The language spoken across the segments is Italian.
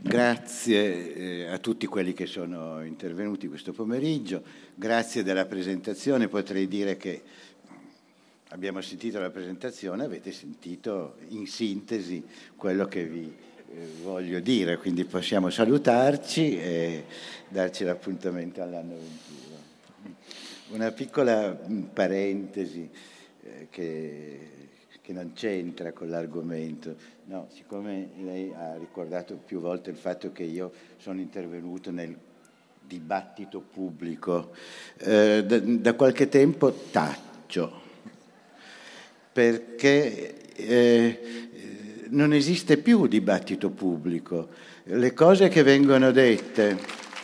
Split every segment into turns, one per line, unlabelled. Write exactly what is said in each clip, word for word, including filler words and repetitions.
Grazie eh, a tutti quelli che sono intervenuti questo pomeriggio, grazie della presentazione. Potrei dire che abbiamo sentito la presentazione, avete sentito in sintesi quello che vi eh, voglio dire, quindi possiamo salutarci e darci l'appuntamento all'anno ventuno. Una piccola parentesi eh, che, che non c'entra con l'argomento. No, siccome lei ha ricordato più volte il fatto che io sono intervenuto nel dibattito pubblico, eh, da, da qualche tempo taccio, perché eh, non esiste più dibattito pubblico. Le cose che vengono dette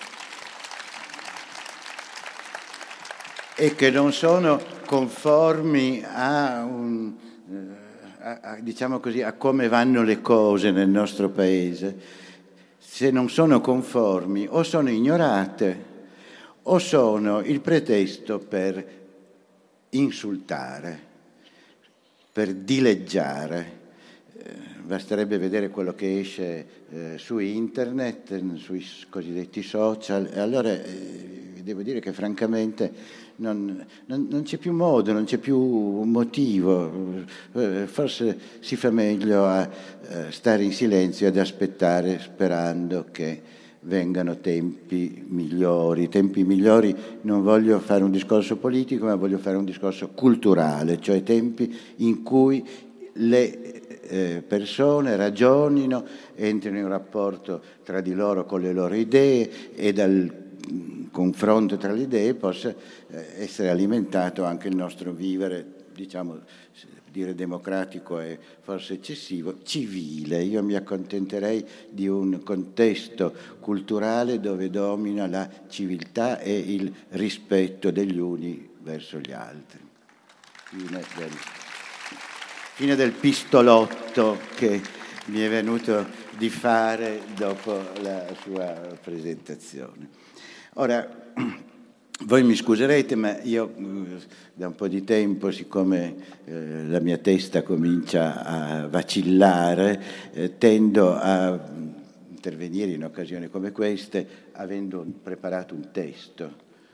e che non sono conformi a un... A, a, diciamo così, a come vanno le cose nel nostro paese, se non sono conformi o sono ignorate o sono il pretesto per insultare, per dileggiare. Eh, basterebbe vedere quello che esce eh, su internet, sui cosiddetti social, e allora eh, devo dire che francamente Non, non, non c'è più modo, non c'è più motivo, forse si fa meglio a, a stare in silenzio ed aspettare sperando che vengano tempi migliori. Tempi migliori, non voglio fare un discorso politico, ma voglio fare un discorso culturale, cioè tempi in cui le eh, persone ragionino, entrino in rapporto tra di loro con le loro idee e dal confronto tra le idee possa essere alimentato anche il nostro vivere, diciamo, dire democratico è forse eccessivo, civile. Io mi accontenterei di un contesto culturale dove domina la civiltà e il rispetto degli uni verso gli altri. Fine del, fine del pistolotto che mi è venuto di fare dopo la sua presentazione. Ora, voi mi scuserete, ma io da un po' di tempo, siccome eh, la mia testa comincia a vacillare, eh, tendo a intervenire in occasioni come queste avendo preparato un testo.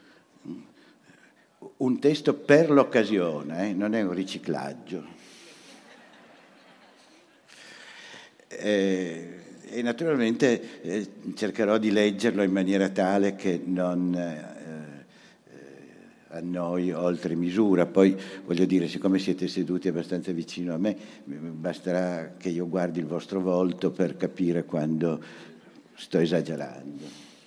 Un testo per l'occasione, eh, non è un riciclaggio. Eh, E naturalmente eh, cercherò di leggerlo in maniera tale che non eh, eh, annoi oltre misura. Poi voglio dire, siccome siete seduti abbastanza vicino a me, basterà che io guardi il vostro volto per capire quando sto esagerando.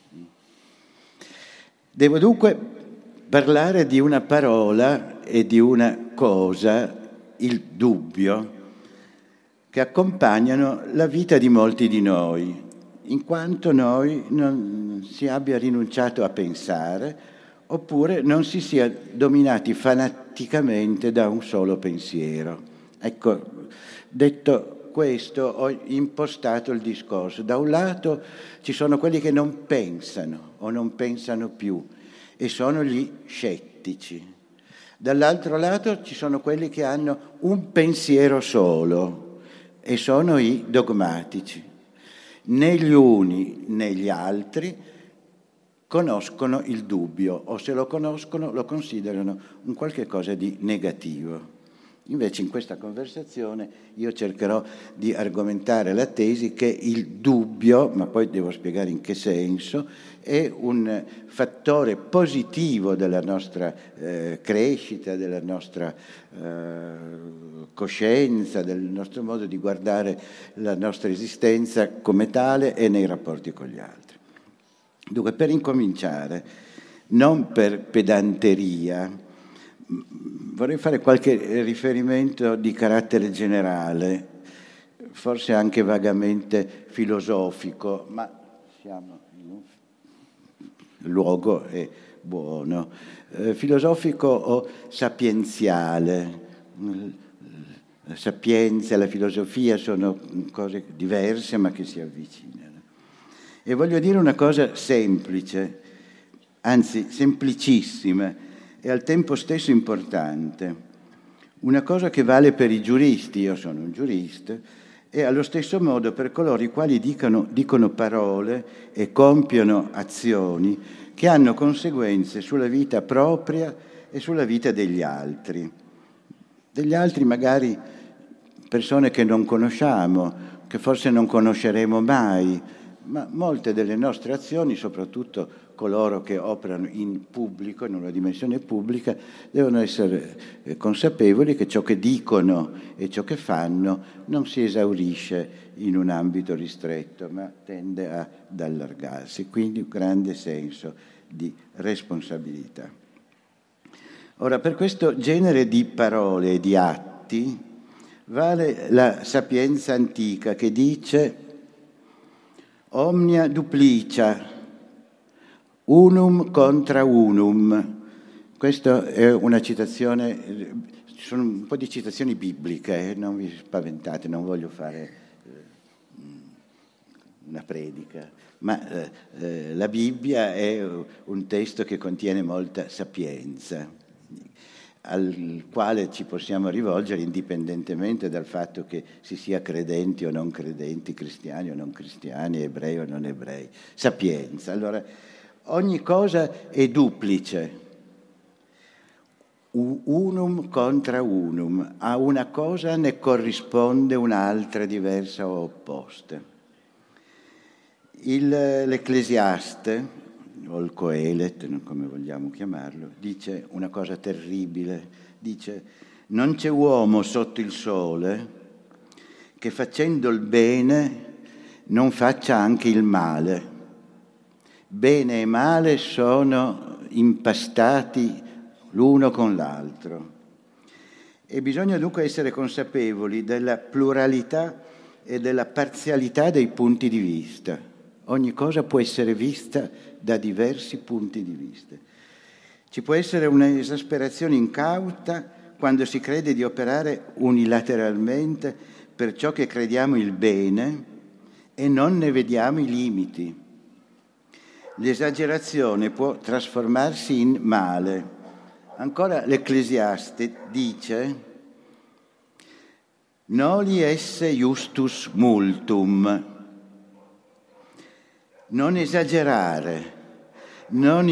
Devo dunque parlare di una parola e di una cosa, il dubbio, che accompagnano la vita di molti di noi, in quanto noi non si abbia rinunciato a pensare oppure non si sia dominati fanaticamente da un solo pensiero. Ecco, detto questo, ho impostato il discorso. Da un lato ci sono quelli che non pensano o non pensano più e sono gli scettici. Dall'altro lato ci sono quelli che hanno un pensiero solo e sono i dogmatici. Né gli uni né gli altri conoscono il dubbio, o se lo conoscono lo considerano un qualche cosa di negativo. Invece in questa conversazione io cercherò di argomentare la tesi che il dubbio, ma poi devo spiegare in che senso, è un fattore positivo della nostra eh, crescita, della nostra eh, coscienza, del nostro modo di guardare la nostra esistenza come tale e nei rapporti con gli altri. Dunque, per incominciare, non per pedanteria, vorrei fare qualche riferimento di carattere generale, forse anche vagamente filosofico, ma siamo in un luogo è buono, eh, filosofico o sapienziale. La sapienza e la filosofia sono cose diverse ma che si avvicinano. E voglio dire una cosa semplice, anzi semplicissima e al tempo stesso importante. Una cosa che vale per i giuristi, io sono un giurista, e allo stesso modo per coloro i quali dicono, dicono parole e compiono azioni che hanno conseguenze sulla vita propria e sulla vita degli altri. Degli altri magari persone che non conosciamo, che forse non conosceremo mai, ma molte delle nostre azioni, soprattutto coloro che operano in pubblico, in una dimensione pubblica, devono essere consapevoli che ciò che dicono e ciò che fanno non si esaurisce in un ambito ristretto, ma tende ad allargarsi, quindi un grande senso di responsabilità. Ora, per questo genere di parole e di atti vale la sapienza antica che dice omnia duplicia, unum contra unum. Questa è una citazione, ci sono un po' di citazioni bibliche, eh? Non vi spaventate, non voglio fare eh, una predica, ma eh, eh, la Bibbia è un testo che contiene molta sapienza, al quale ci possiamo rivolgere indipendentemente dal fatto che si sia credenti o non credenti, cristiani o non cristiani, ebrei o non ebrei. Sapienza. Allora, ogni cosa è duplice, unum contra unum, a una cosa ne corrisponde un'altra diversa o opposta. Il, l'Ecclesiaste, o il Coelet, come vogliamo chiamarlo, dice una cosa terribile, dice non c'è uomo sotto il sole che facendo il bene non faccia anche il male. Bene e male sono impastati l'uno con l'altro e bisogna dunque essere consapevoli della pluralità e della parzialità dei punti di vista. Ogni cosa può essere vista da diversi punti di vista. Ci può essere un'esasperazione incauta quando si crede di operare unilateralmente per ciò che crediamo il bene e non ne vediamo i limiti. L'esagerazione può trasformarsi in male. Ancora l'Ecclesiaste dice noli esse justus multum. Non esagerare, non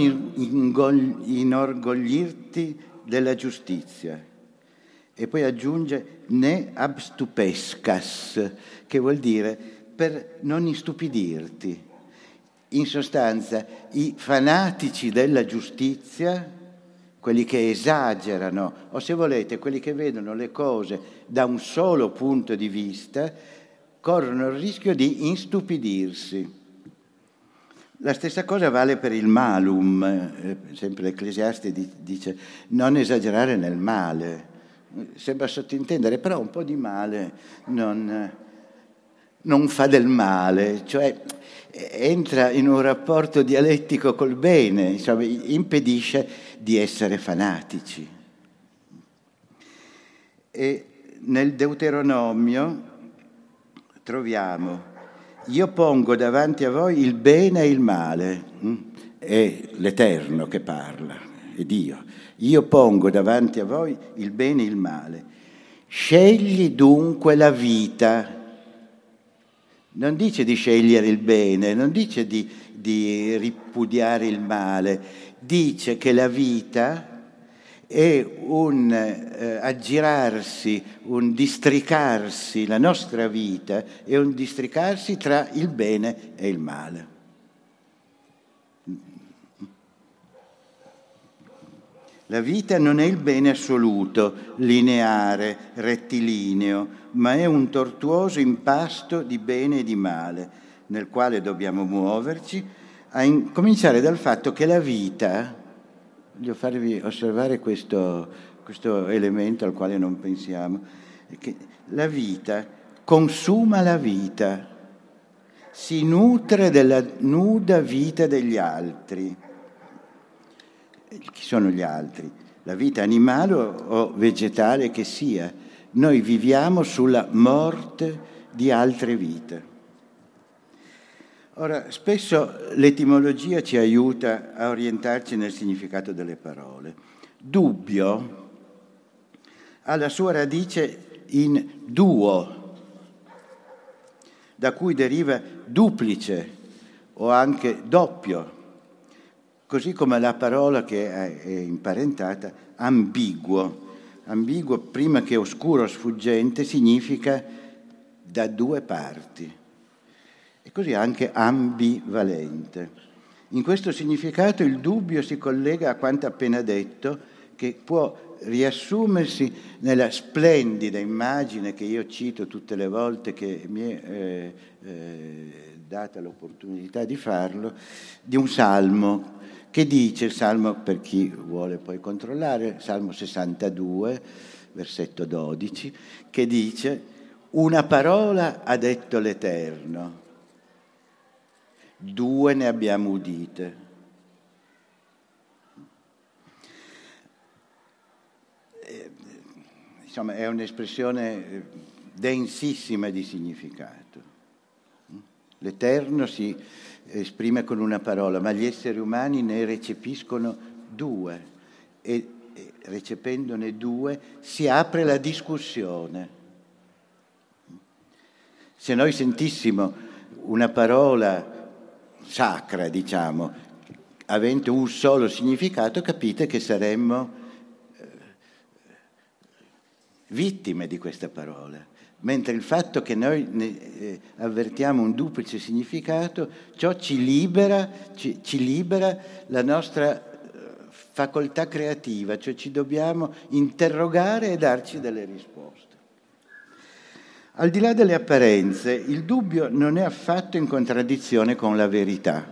inorgoglirti della giustizia. E poi aggiunge ne abstupescas, che vuol dire per non istupidirti. In sostanza, i fanatici della giustizia, quelli che esagerano, o se volete, quelli che vedono le cose da un solo punto di vista, corrono il rischio di instupidirsi. La stessa cosa vale per il malum, eh, sempre l'Ecclesiaste dice non esagerare nel male, sembra sottintendere, però un po' di male non, non fa del male, cioè entra in un rapporto dialettico col bene, insomma, impedisce di essere fanatici. E nel Deuteronomio troviamo io pongo davanti a voi il bene e il male, è l'Eterno che parla, è Dio. Io pongo davanti a voi il bene e il male. Scegli dunque la vita. Non dice di scegliere il bene, non dice di, di ripudiare il male, dice che la vita è un eh, aggirarsi, un districarsi, la nostra vita è un districarsi tra il bene e il male. La vita non è il bene assoluto, lineare, rettilineo, ma è un tortuoso impasto di bene e di male, nel quale dobbiamo muoverci, a in- cominciare dal fatto che la vita... Voglio farvi osservare questo, questo elemento al quale non pensiamo, che la vita consuma la vita, si nutre della nuda vita degli altri. Chi sono gli altri? La vita animale o vegetale che sia. Noi viviamo sulla morte di altre vite. Ora, spesso l'etimologia ci aiuta a orientarci nel significato delle parole. Dubbio ha la sua radice in duo, da cui deriva duplice o anche doppio, così come la parola che è imparentata ambiguo. Ambiguo, prima che oscuro o sfuggente, significa da due parti, e così anche ambivalente. In questo significato il dubbio si collega a quanto appena detto, che può riassumersi nella splendida immagine che io cito tutte le volte che mi è eh, eh, data l'opportunità di farlo, di un salmo che dice, il salmo, per chi vuole poi controllare, salmo sessantadue, versetto dodici, che dice: una parola ha detto l'Eterno, due ne abbiamo udite. Eh, insomma, è un'espressione densissima di significato. L'Eterno si esprime con una parola, ma gli esseri umani ne recepiscono due, e, e recependone due si apre la discussione. Se noi sentissimo una parola sacra, diciamo, avente un solo significato, capite che saremmo eh, vittime di questa parola. Mentre il fatto che noi ne, eh, avvertiamo un duplice significato, ciò ci libera, ci, ci libera la nostra eh, facoltà creativa, cioè ci dobbiamo interrogare e darci delle risposte. Al di là delle apparenze, il dubbio non è affatto in contraddizione con la verità.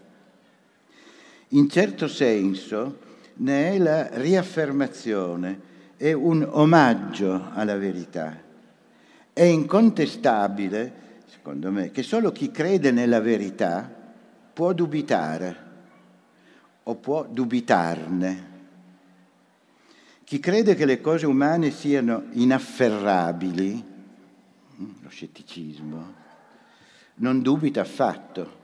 In certo senso ne è la riaffermazione, è un omaggio alla verità. È incontestabile, secondo me, che solo chi crede nella verità può dubitare o può dubitarne. Chi crede che le cose umane siano inafferrabili, lo scetticismo, non dubita affatto.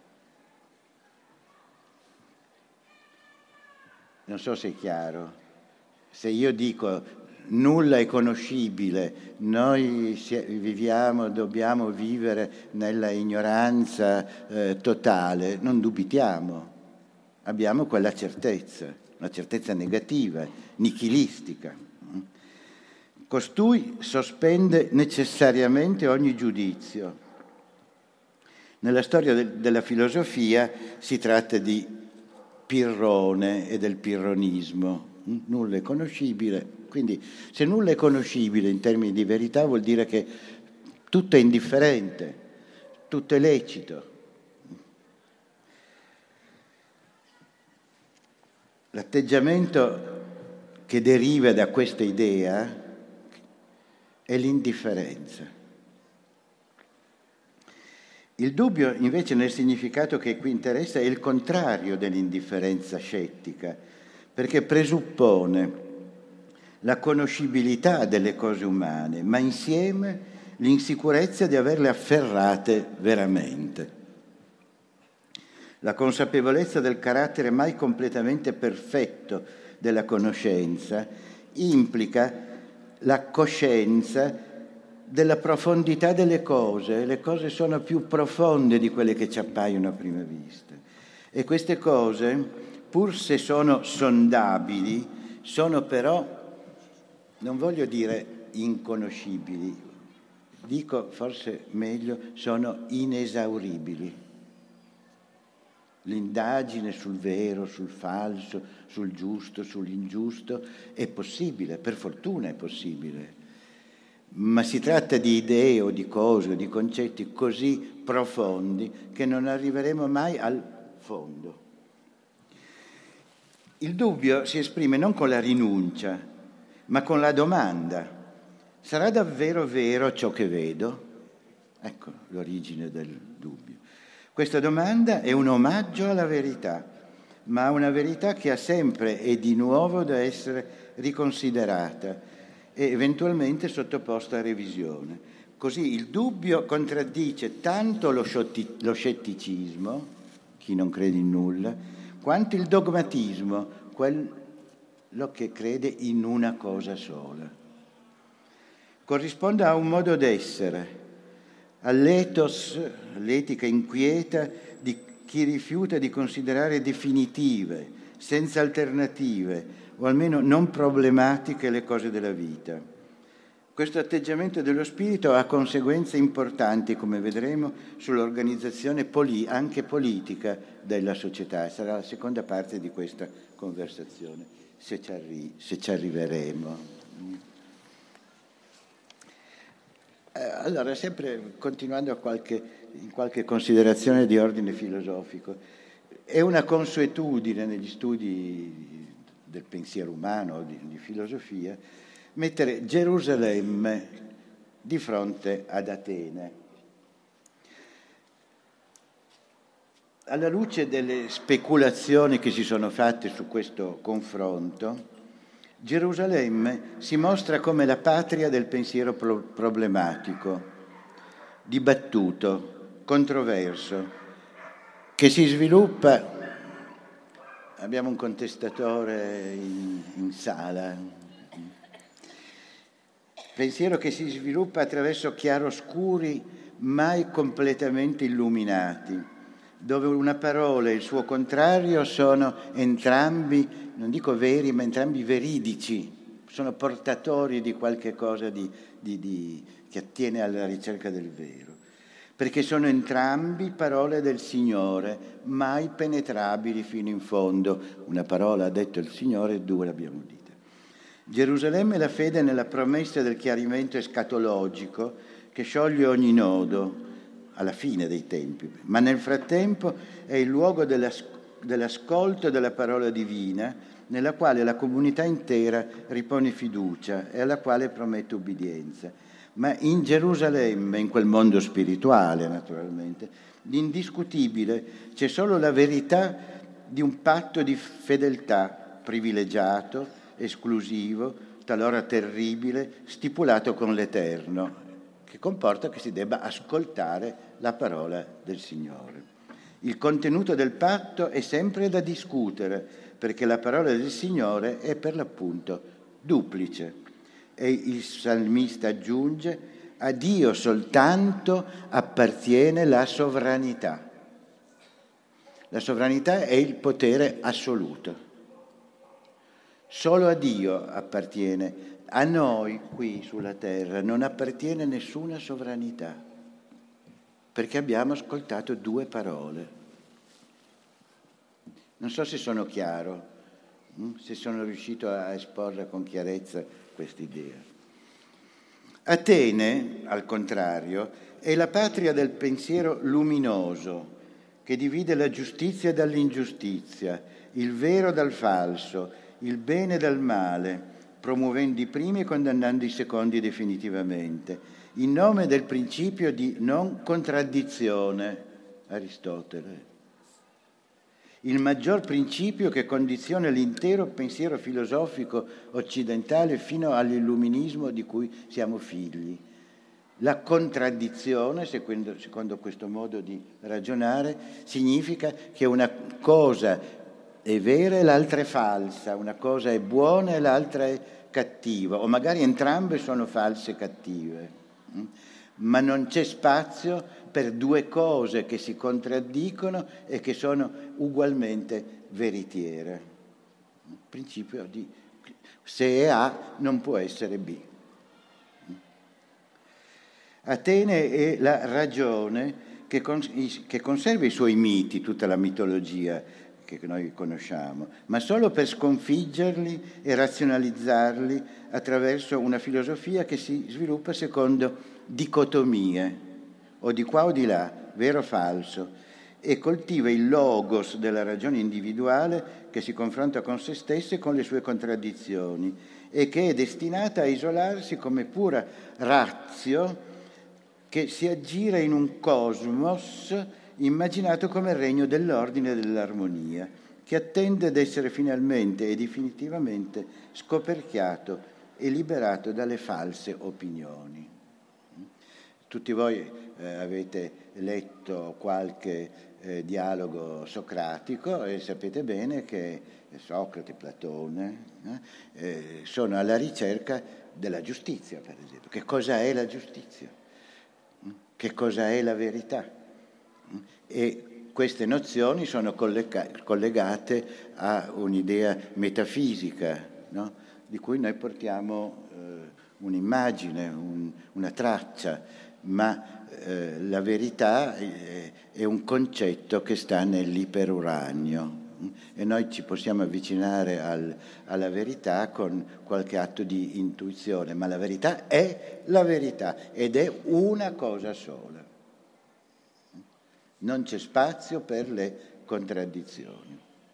Non so se è chiaro. Se io dico nulla è conoscibile, noi viviamo, dobbiamo vivere nella ignoranza eh, totale, non dubitiamo, abbiamo quella certezza, una certezza negativa, nichilistica. Costui sospende necessariamente ogni giudizio. Nella storia de- della filosofia si tratta di Pirrone e del pirronismo. Nulla è conoscibile. Quindi se nulla è conoscibile in termini di verità vuol dire che tutto è indifferente, tutto è lecito. L'atteggiamento che deriva da questa idea è l'indifferenza. Il dubbio, invece, nel significato che qui interessa, è il contrario dell'indifferenza scettica, perché presuppone la conoscibilità delle cose umane, ma insieme l'insicurezza di averle afferrate veramente. La consapevolezza del carattere mai completamente perfetto della conoscenza implica la coscienza della profondità delle cose. Le cose sono più profonde di quelle che ci appaiono a prima vista. E queste cose, pur se sono sondabili, sono però, non voglio dire inconoscibili, dico forse meglio, sono inesauribili. L'indagine sul vero, sul falso, sul giusto, sull'ingiusto è possibile, per fortuna è possibile, ma si tratta di idee o di cose o di concetti così profondi che non arriveremo mai al fondo. Il dubbio si esprime non con la rinuncia, ma con la domanda: sarà davvero vero ciò che vedo? Ecco l'origine del dubbio. Questa domanda è un omaggio alla verità, ma a una verità che ha sempre e di nuovo da essere riconsiderata e eventualmente sottoposta a revisione. Così il dubbio contraddice tanto lo scetticismo, chi non crede in nulla, quanto il dogmatismo, quello che crede in una cosa sola. Corrisponde a un modo d'essere, all'ethos, l'etica inquieta di chi rifiuta di considerare definitive, senza alternative, o almeno non problematiche le cose della vita. Questo atteggiamento dello spirito ha conseguenze importanti, come vedremo, sull'organizzazione poli- anche politica della società. Sarà la seconda parte di questa conversazione, se ci, arri- se ci arriveremo. Allora, sempre continuando a qualche, in qualche considerazione di ordine filosofico, è una consuetudine negli studi del pensiero umano, di, di filosofia, mettere Gerusalemme di fronte ad Atene. Alla luce delle speculazioni che si sono fatte su questo confronto, Gerusalemme si mostra come la patria del pensiero pro- problematico, dibattuto, controverso, che si sviluppa. Abbiamo un contestatore in, in sala. Pensiero che si sviluppa attraverso chiaroscuri mai completamente illuminati, dove una parola e il suo contrario sono entrambi, non dico veri, ma entrambi veridici, sono portatori di qualche cosa di, di, di, che attiene alla ricerca del vero. Perché sono entrambi parole del Signore, mai penetrabili fino in fondo. Una parola ha detto il Signore, due l'abbiamo udita. Gerusalemme è la fede nella promessa del chiarimento escatologico che scioglie ogni nodo alla fine dei tempi, ma nel frattempo è il luogo dell'as- dell'ascolto della parola divina, nella quale la comunità intera ripone fiducia e alla quale promette ubbidienza. Ma in Gerusalemme, in quel mondo spirituale naturalmente, l'indiscutibile c'è solo la verità di un patto di fedeltà privilegiato, esclusivo, talora terribile, stipulato con l'Eterno, che comporta che si debba ascoltare la parola del Signore. Il contenuto del patto è sempre da discutere, perché la parola del Signore è per l'appunto duplice. E il salmista aggiunge: a Dio soltanto appartiene la sovranità. La sovranità è il potere assoluto. Solo a Dio appartiene. A noi qui sulla terra non appartiene nessuna sovranità, perché abbiamo ascoltato due parole. Non so se sono chiaro, se sono riuscito a esporre con chiarezza quest'idea. Atene, al contrario, è la patria del pensiero luminoso che divide la giustizia dall'ingiustizia, il vero dal falso, il bene dal male, promuovendo i primi e condannando i secondi definitivamente, in nome del principio di non contraddizione, Aristotele. Il maggior principio che condiziona l'intero pensiero filosofico occidentale fino all'illuminismo di cui siamo figli. La contraddizione, secondo, secondo questo modo di ragionare, significa che una cosa è vera e l'altra è falsa, una cosa è buona e l'altra è cattiva, o magari entrambe sono false e cattive. Ma non c'è spazio per due cose che si contraddicono e che sono ugualmente veritiere. Il principio di se è A non può essere B. Atene è la ragione che, cons- che conserva i suoi miti, tutta la mitologia che noi conosciamo, ma solo per sconfiggerli e razionalizzarli attraverso una filosofia che si sviluppa secondo dicotomie, o di qua o di là, vero o falso, e coltiva il logos della ragione individuale che si confronta con se stessa e con le sue contraddizioni e che è destinata a isolarsi come pura ratio che si aggira in un cosmos immaginato come il regno dell'ordine e dell'armonia, che attende ad essere finalmente e definitivamente scoperchiato e liberato dalle false opinioni. Tutti voi eh, avete letto qualche eh, dialogo socratico e sapete bene che Socrate, Platone eh, eh, sono alla ricerca della giustizia, per esempio. Che cosa è la giustizia? che cosa è la verità. E queste nozioni sono collega- collegate a un'idea metafisica, no? Di cui noi portiamo eh, un'immagine, un, una traccia, ma eh, la verità è, è un concetto che sta nell'iperuranio e noi ci possiamo avvicinare al, alla verità con qualche atto di intuizione, ma la verità è la verità ed è una cosa sola. Non c'è spazio per le contraddizioni.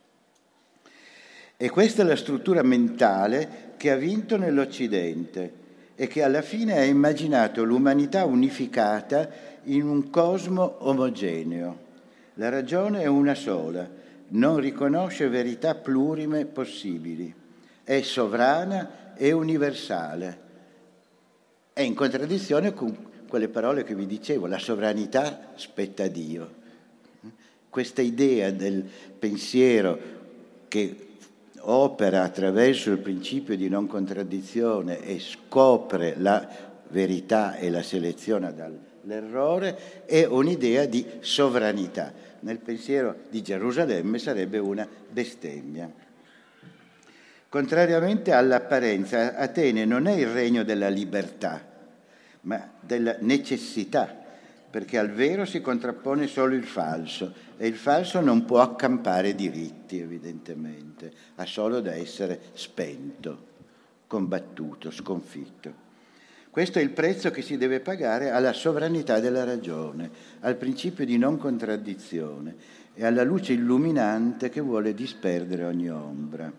E questa è la struttura mentale che ha vinto nell'Occidente e che alla fine ha immaginato l'umanità unificata in un cosmo omogeneo. La ragione è una sola, non riconosce verità plurime possibili, è sovrana e universale. È in contraddizione con quelle parole che vi dicevo, la sovranità spetta a Dio. Questa idea del pensiero che opera attraverso il principio di non contraddizione e scopre la verità e la seleziona dall'errore è un'idea di sovranità. Nel pensiero di Gerusalemme sarebbe una bestemmia. Contrariamente all'apparenza, Atene non è il regno della libertà, ma della necessità, perché al vero si contrappone solo il falso e il falso non può accampare diritti, evidentemente, ha solo da essere spento, combattuto, sconfitto. Questo è il prezzo che si deve pagare alla sovranità della ragione, al principio di non contraddizione e alla luce illuminante che vuole disperdere ogni ombra.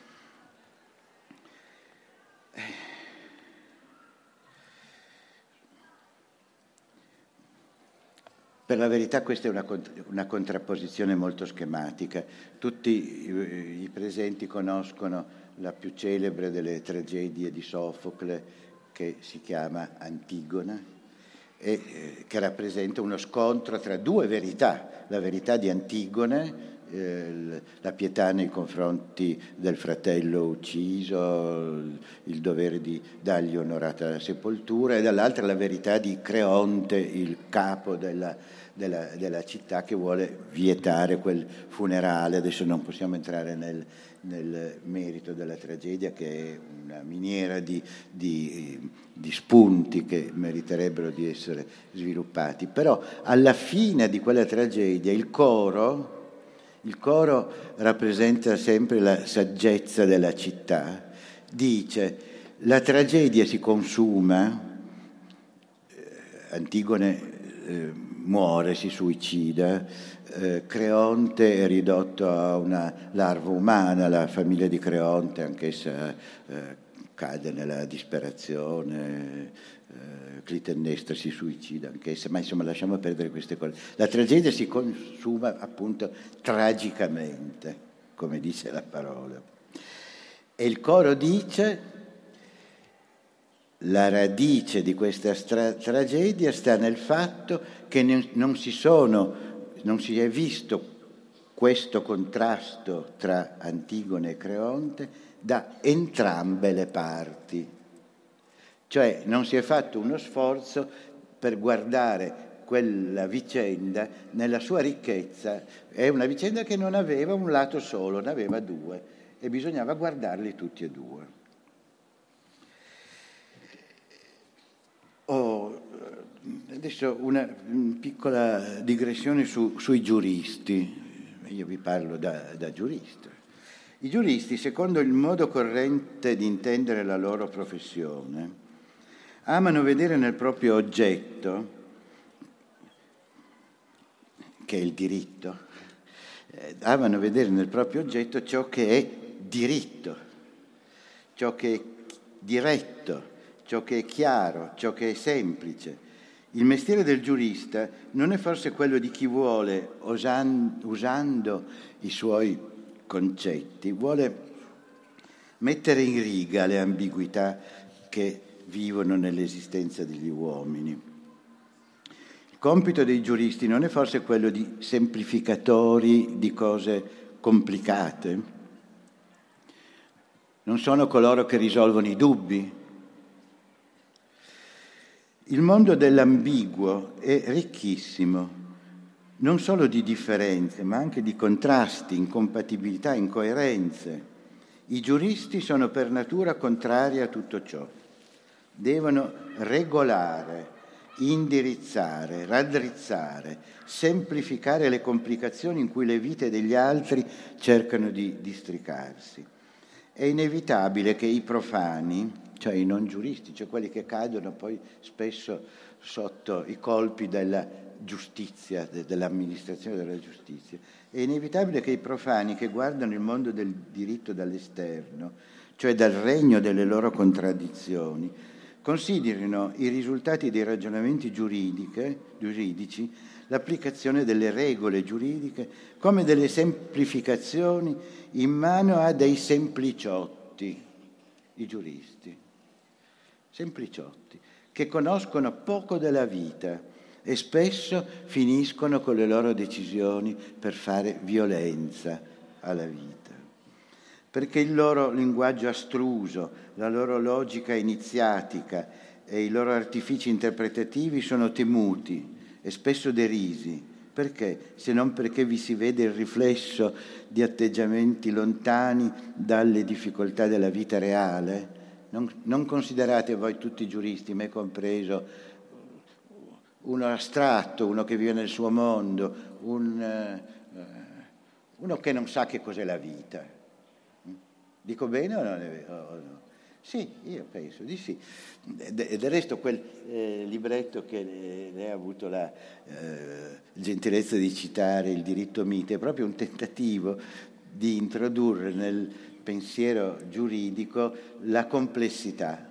Per la verità questa è una, una contrapposizione molto schematica. Tutti i, i presenti conoscono la più celebre delle tragedie di Sofocle, che si chiama Antigona, e eh, che rappresenta uno scontro tra due verità, la verità di Antigone, eh, la pietà nei confronti del fratello ucciso, il dovere di dargli onorata sepoltura, e dall'altra la verità di Creonte, il capo della, della, della città, che vuole vietare quel funerale. Adesso non possiamo entrare nel, nel merito della tragedia, che è una miniera di, di, di spunti che meriterebbero di essere sviluppati. Però alla fine di quella tragedia il coro, il coro rappresenta sempre la saggezza della città, dice: la tragedia si consuma, Antigone eh, muore, si suicida, eh, Creonte è ridotto a una larva umana, la famiglia di Creonte anch'essa eh, cade nella disperazione, eh, Clitennestra si suicida anch'essa, ma insomma lasciamo perdere queste cose. La tragedia si consuma appunto tragicamente, come dice la parola. E il coro dice: la radice di questa stra- tragedia sta nel fatto che ne- non si sono, non si è visto questo contrasto tra Antigone e Creonte da entrambe le parti. Cioè non si è fatto uno sforzo per guardare quella vicenda nella sua ricchezza. È una vicenda che non aveva un lato solo, ne aveva due, e bisognava guardarli tutti e due. Oh, adesso una piccola digressione su, sui giuristi. Io vi parlo da, da giurista. I giuristi, secondo il modo corrente di intendere la loro professione, amano vedere nel proprio oggetto, che è il diritto, eh, amano vedere nel proprio oggetto ciò che è diritto, ciò che è diretto, ciò che è chiaro, ciò che è semplice. Il mestiere del giurista non è forse quello di chi vuole, usan- usando i suoi concetti, vuole mettere in riga le ambiguità che vivono nell'esistenza degli uomini. Il compito dei giuristi non è forse quello di semplificatori di cose complicate? Non sono coloro che risolvono i dubbi? Il mondo dell'ambiguo è ricchissimo, non solo di differenze, ma anche di contrasti, incompatibilità, incoerenze. I giuristi sono per natura contrari a tutto ciò. Devono regolare, indirizzare, raddrizzare, semplificare le complicazioni in cui le vite degli altri cercano di districarsi. È inevitabile che i profani, cioè i non giuristi, cioè quelli che cadono poi spesso sotto i colpi della giustizia, de- dell'amministrazione della giustizia, è inevitabile che i profani che guardano il mondo del diritto dall'esterno, cioè dal regno delle loro contraddizioni, considerino i risultati dei ragionamenti giuridiche, giuridici, l'applicazione delle regole giuridiche come delle semplificazioni in mano a dei sempliciotti, i giuristi, sempliciotti, che conoscono poco della vita e spesso finiscono con le loro decisioni per fare violenza alla vita. Perché il loro linguaggio astruso, la loro logica iniziatica e i loro artifici interpretativi sono temuti e spesso derisi. Perché? Se non perché vi si vede il riflesso di atteggiamenti lontani dalle difficoltà della vita reale? Non, non considerate voi tutti giuristi, me compreso, uno astratto, uno che vive nel suo mondo, un, uh, uno che non sa che cos'è la vita. Dico bene o, non è, o no? Sì, io penso di sì. E del resto quel eh, libretto che lei ha avuto la eh, gentilezza di citare, Il diritto mite, è proprio un tentativo di introdurre nel pensiero giuridico la complessità.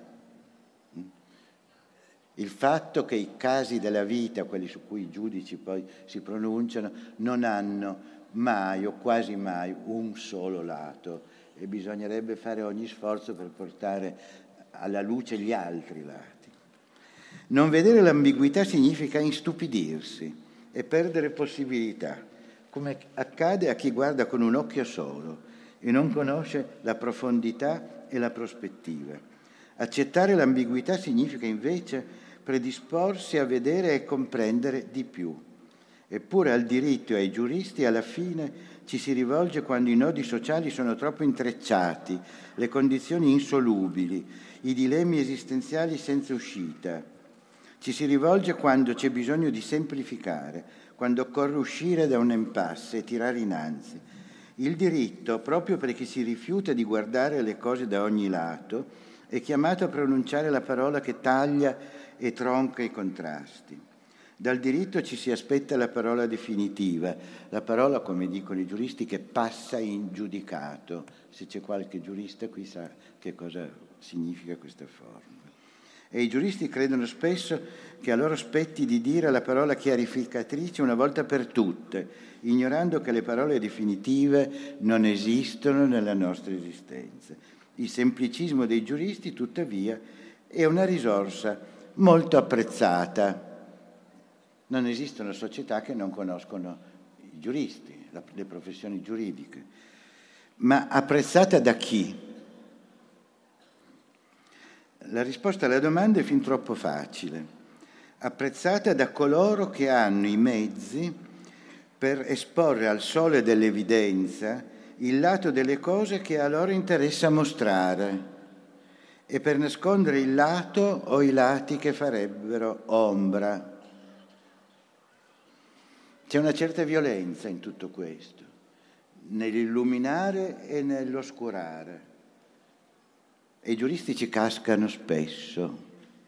Il fatto che i casi della vita, quelli su cui i giudici poi si pronunciano, non hanno mai o quasi mai un solo lato e bisognerebbe fare ogni sforzo per portare alla luce gli altri lati. Non vedere l'ambiguità significa instupidirsi e perdere possibilità, come accade a chi guarda con un occhio solo e non conosce la profondità e la prospettiva. Accettare l'ambiguità significa invece predisporsi a vedere e comprendere di più. Eppure al diritto e ai giuristi alla fine ci si rivolge quando i nodi sociali sono troppo intrecciati, le condizioni insolubili, i dilemmi esistenziali senza uscita. Ci si rivolge quando c'è bisogno di semplificare, quando occorre uscire da un impasse e tirare innanzi. Il diritto, proprio perché si rifiuta di guardare le cose da ogni lato, è chiamato a pronunciare la parola che taglia e tronca i contrasti. Dal diritto ci si aspetta la parola definitiva, la parola, come dicono i giuristi, che passa in giudicato. Se c'è qualche giurista qui sa che cosa significa questa forma. E i giuristi credono spesso che a loro spetti di dire la parola chiarificatrice una volta per tutte, ignorando che le parole definitive non esistono nella nostra esistenza. Il semplicismo dei giuristi, tuttavia, è una risorsa molto apprezzata. Non esistono società che non conoscono i giuristi, le professioni giuridiche. Ma apprezzata da chi? La risposta alla domanda è fin troppo facile. Apprezzata da coloro che hanno i mezzi per esporre al sole dell'evidenza il lato delle cose che a loro interessa mostrare e per nascondere il lato o i lati che farebbero ombra. C'è una certa violenza in tutto questo, nell'illuminare e nell'oscurare. E i giuristi ci cascano spesso.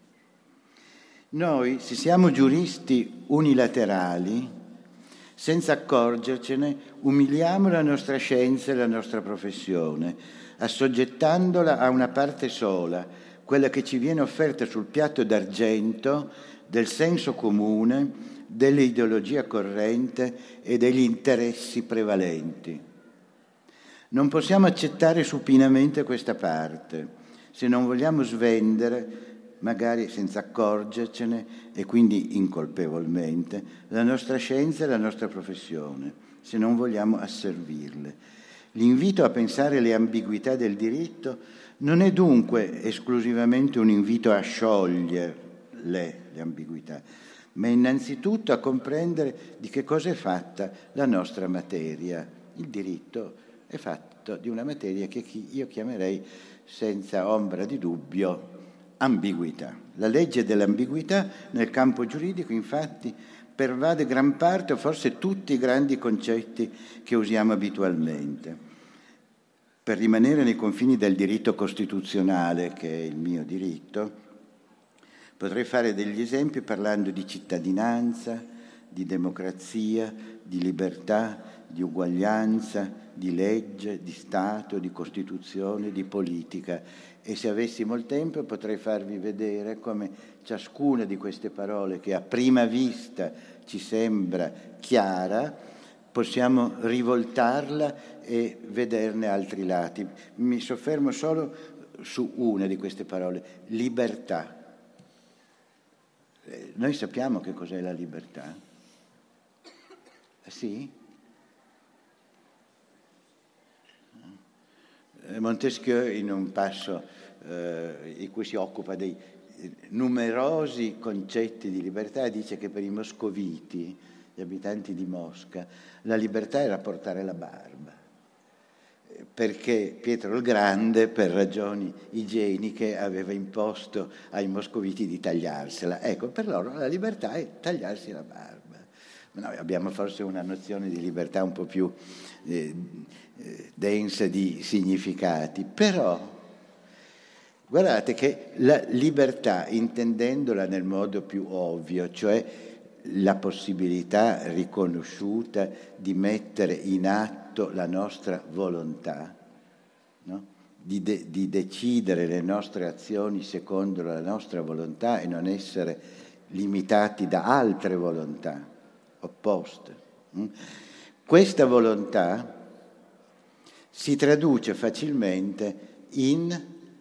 Noi, se siamo giuristi unilaterali, senza accorgercene, umiliamo la nostra scienza e la nostra professione, assoggettandola a una parte sola, quella che ci viene offerta sul piatto d'argento del senso comune, dell'ideologia corrente e degli interessi prevalenti. Non possiamo accettare supinamente questa parte, se non vogliamo svendere, magari senza accorgercene e quindi incolpevolmente, la nostra scienza e la nostra professione, se non vogliamo asservirle. L'invito a pensare le ambiguità del diritto non è dunque esclusivamente un invito a sciogliere le, le ambiguità, ma innanzitutto a comprendere di che cosa è fatta la nostra materia. Il diritto è fatto di una materia che io chiamerei senza ombra di dubbio ambiguità. La legge dell'ambiguità nel campo giuridico infatti pervade gran parte o forse tutti i grandi concetti che usiamo abitualmente. Per rimanere nei confini del diritto costituzionale, che è il mio diritto, potrei fare degli esempi parlando di cittadinanza, di democrazia, di libertà, di uguaglianza, di legge, di Stato, di Costituzione, di politica. E se avessimo il tempo potrei farvi vedere come ciascuna di queste parole, che a prima vista ci sembra chiara, possiamo rivoltarla e vederne altri lati. Mi soffermo solo su una di queste parole, libertà. Noi sappiamo che cos'è la libertà? Sì? Montesquieu, in un passo eh, in cui si occupa dei numerosi concetti di libertà, dice che per i moscoviti, gli abitanti di Mosca, la libertà era portare la barba, perché Pietro il Grande, per ragioni igieniche, aveva imposto ai moscoviti di tagliarsela. Ecco, per loro la libertà è tagliarsi la barba. Noi abbiamo forse una nozione di libertà un po' più eh, eh, densa di significati, però guardate che la libertà, intendendola nel modo più ovvio, cioè la possibilità riconosciuta di mettere in atto la nostra volontà, no? di, de- di decidere le nostre azioni secondo la nostra volontà e non essere limitati da altre volontà opposte. Questa volontà si traduce facilmente in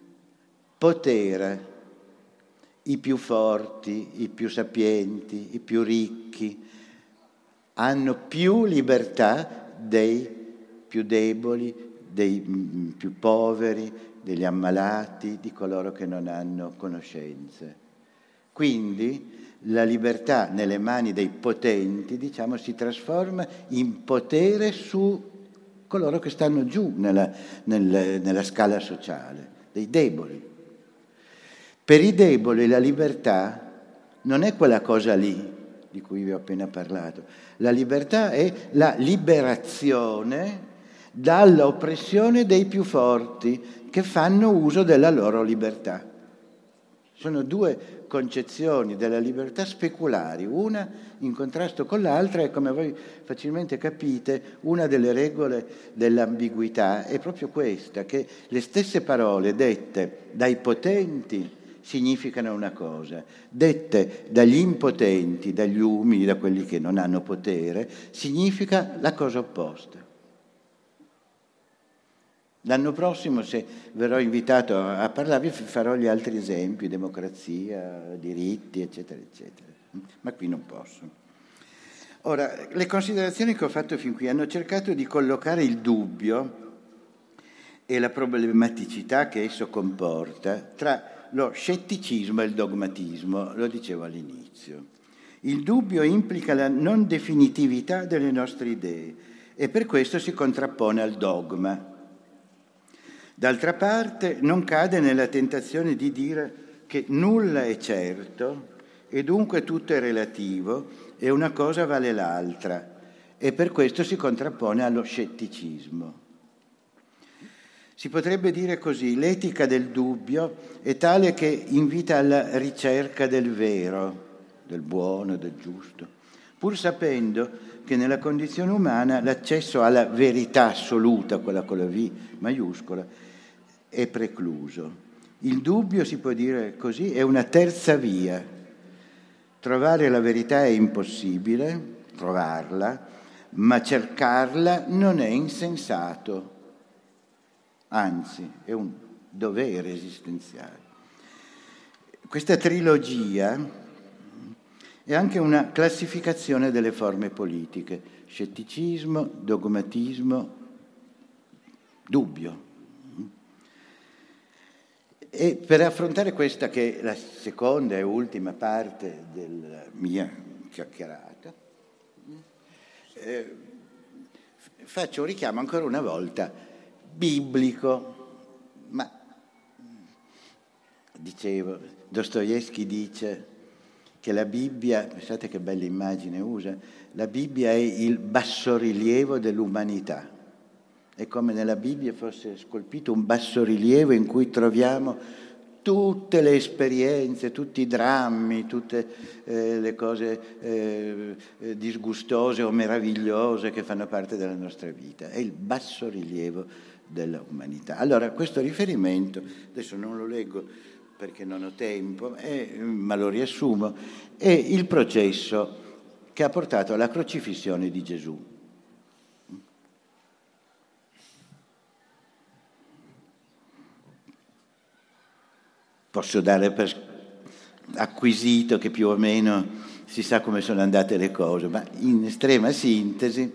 potere. I più forti, i più sapienti, i più ricchi hanno più libertà dei più deboli, dei più poveri, degli ammalati, di coloro che non hanno conoscenze. Quindi la libertà nelle mani dei potenti, diciamo, si trasforma in potere su coloro che stanno giù nella, nel, nella scala sociale, dei deboli. Per i deboli la libertà non è quella cosa lì di cui vi ho appena parlato. La libertà è la liberazione dall'oppressione dei più forti che fanno uso della loro libertà. Sono due concezioni della libertà speculari, una in contrasto con l'altra, e come voi facilmente capite, una delle regole dell'ambiguità è proprio questa, che le stesse parole dette dai potenti significano una cosa, dette dagli impotenti, dagli umili, da quelli che non hanno potere, significa la cosa opposta. L'anno prossimo, se verrò invitato a parlarvi, farò gli altri esempi, democrazia, diritti, eccetera, eccetera. Ma qui non posso. Ora, le considerazioni che ho fatto fin qui hanno cercato di collocare il dubbio e la problematicità che esso comporta tra lo scetticismo e il dogmatismo, lo dicevo all'inizio. Il dubbio implica la non definitività delle nostre idee e per questo si contrappone al dogma. D'altra parte non cade nella tentazione di dire che nulla è certo e dunque tutto è relativo e una cosa vale l'altra, e per questo si contrappone allo scetticismo. Si potrebbe dire così: l'etica del dubbio è tale che invita alla ricerca del vero, del buono, del giusto, pur sapendo che nella condizione umana l'accesso alla verità assoluta, quella con la V maiuscola, è precluso. Il dubbio, si può dire così, è una terza via. Trovare la verità è impossibile, trovarla, ma cercarla non è insensato. Anzi, è un dovere esistenziale. Questa trilogia è anche una classificazione delle forme politiche: scetticismo, dogmatismo, dubbio. E per affrontare questa, che è la seconda e ultima parte della mia chiacchierata, eh, faccio un richiamo ancora una volta biblico, ma dicevo, Dostoevskij dice che la Bibbia, pensate che bella immagine usa, la Bibbia è il bassorilievo dell'umanità. È come nella Bibbia fosse scolpito un bassorilievo in cui troviamo tutte le esperienze, tutti i drammi, tutte eh, le cose eh, disgustose o meravigliose che fanno parte della nostra vita. È il bassorilievo dell'umanità. Allora, questo riferimento, adesso non lo leggo perché non ho tempo, è, ma lo riassumo, è il processo che ha portato alla crocifissione di Gesù. Posso dare per acquisito che più o meno si sa come sono andate le cose, ma in estrema sintesi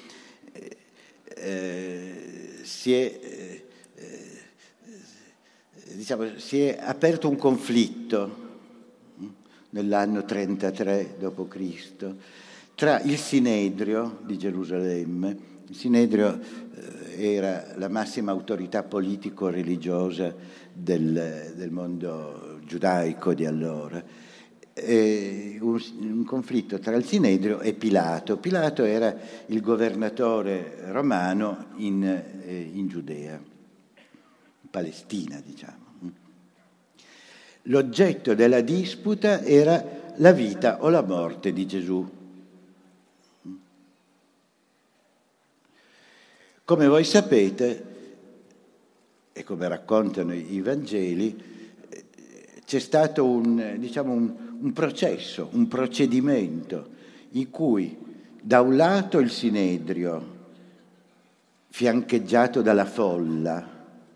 eh, si, è, eh, diciamo, si è aperto un conflitto nell'anno trentatré dopo Cristo tra il Sinedrio di Gerusalemme. Il Sinedrio eh, era la massima autorità politico-religiosa del, del mondo giudaico di allora. E un, un conflitto tra il Sinedrio e Pilato. Pilato era il governatore romano in, eh, in Giudea, in Palestina, diciamo. L'oggetto della disputa era la vita o la morte di Gesù. Come voi sapete, e come raccontano i Vangeli, c'è stato un, diciamo, un, un processo, un procedimento in cui da un lato il Sinedrio, fiancheggiato dalla folla,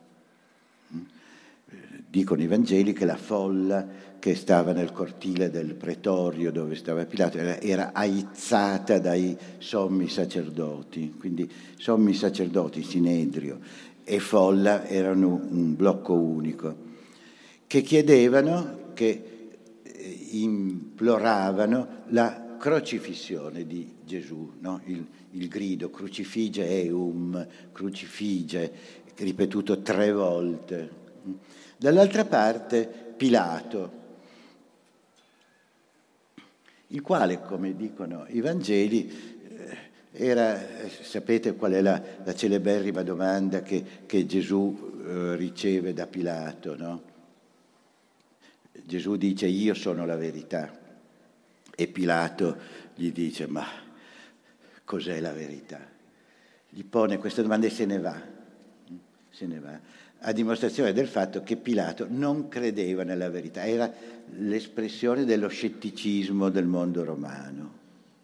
dicono i Vangeli che la folla che stava nel cortile del pretorio dove stava Pilato era, era aizzata dai sommi sacerdoti, quindi sommi sacerdoti, Sinedrio e folla erano un blocco unico, che chiedevano, che imploravano la crocifissione di Gesù, no? il, il grido crucifige eum, crucifige, ripetuto tre volte. Dall'altra parte Pilato, il quale, come dicono i Vangeli, era, sapete qual è la, la celeberrima domanda che, che Gesù eh, riceve da Pilato, no? Gesù dice: io sono la verità, e Pilato gli dice: ma cos'è la verità? Gli pone questa domanda e se ne va, se ne va, a dimostrazione del fatto che Pilato non credeva nella verità, era l'espressione dello scetticismo del mondo romano.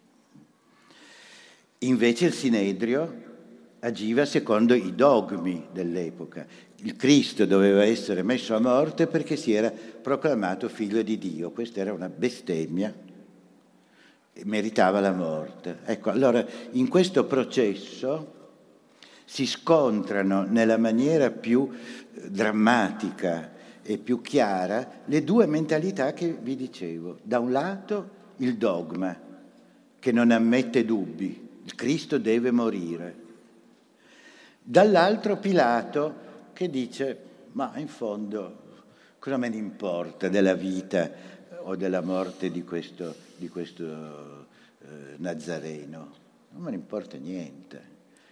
Invece il Sinedrio agiva secondo i dogmi dell'epoca. Il Cristo doveva essere messo a morte perché si era proclamato figlio di Dio. Questa era una bestemmia e meritava la morte. Ecco, allora in questo processo si scontrano nella maniera più drammatica e più chiara le due mentalità che vi dicevo. Da un lato il dogma che non ammette dubbi, il Cristo deve morire. Dall'altro Pilato che dice: ma in fondo cosa me ne importa della vita o della morte di questo, di questo eh, Nazareno? Non me ne importa niente.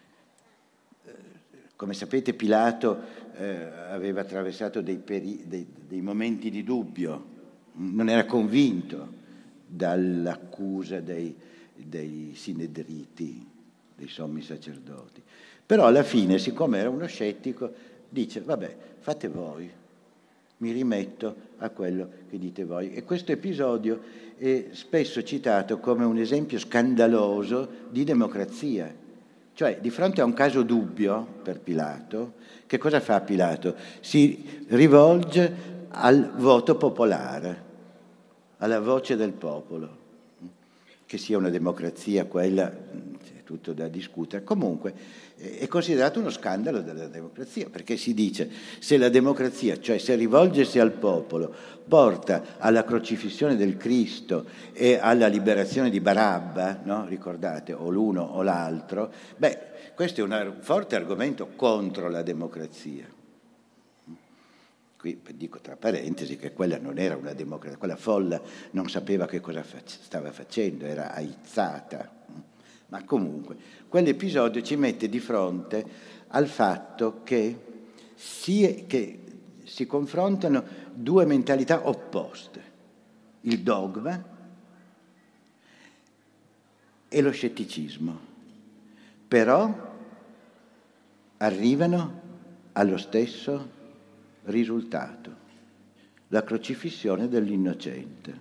Come sapete, Pilato eh, aveva attraversato dei, peri- dei, dei momenti di dubbio, non era convinto dall'accusa dei, dei sinedriti, dei sommi sacerdoti. Però alla fine, siccome era uno scettico, dice: vabbè, fate voi, mi rimetto a quello che dite voi. E questo episodio è spesso citato come un esempio scandaloso di democrazia. Cioè, di fronte a un caso dubbio per Pilato, che cosa fa Pilato? Si rivolge al voto popolare, alla voce del popolo. Che sia una democrazia quella, tutto da discutere. Comunque è considerato uno scandalo della democrazia, perché si dice se la democrazia, cioè se rivolgersi al popolo, porta alla crocifissione del Cristo e alla liberazione di Barabba, no? Ricordate, o l'uno o l'altro, beh, questo è un forte argomento contro la democrazia. Qui dico tra parentesi che quella non era una democrazia, quella folla non sapeva che cosa stava facendo, era aizzata. Ma comunque, quell'episodio ci mette di fronte al fatto che si, che si confrontano due mentalità opposte, il dogma e lo scetticismo, però arrivano allo stesso risultato, la crocifissione dell'innocente.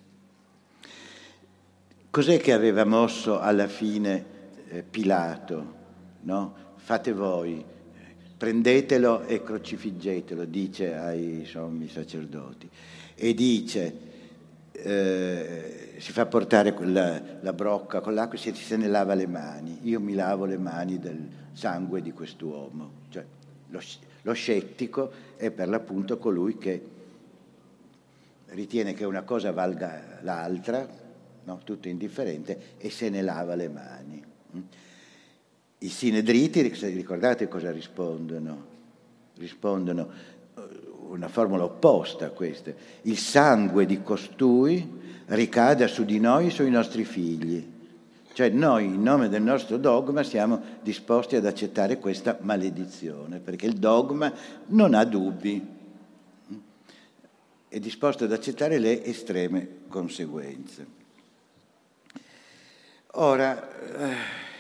Cos'è che aveva mosso alla fine eh, Pilato? No? Fate voi, prendetelo e crocifiggetelo, dice ai sommi sacerdoti. E dice, eh, si fa portare quella, la brocca con l'acqua e se ne lava le mani. Io mi lavo le mani del sangue di quest'uomo. Cioè, lo, lo scettico è per l'appunto colui che ritiene che una cosa valga l'altra, no, tutto indifferente, e se ne lava le mani. I sinedriti, ricordate cosa rispondono? Rispondono una formula opposta a questa. Il sangue di costui ricada su di noi e sui nostri figli. Cioè noi, in nome del nostro dogma, siamo disposti ad accettare questa maledizione, perché il dogma non ha dubbi, è disposto ad accettare le estreme conseguenze. Ora, eh,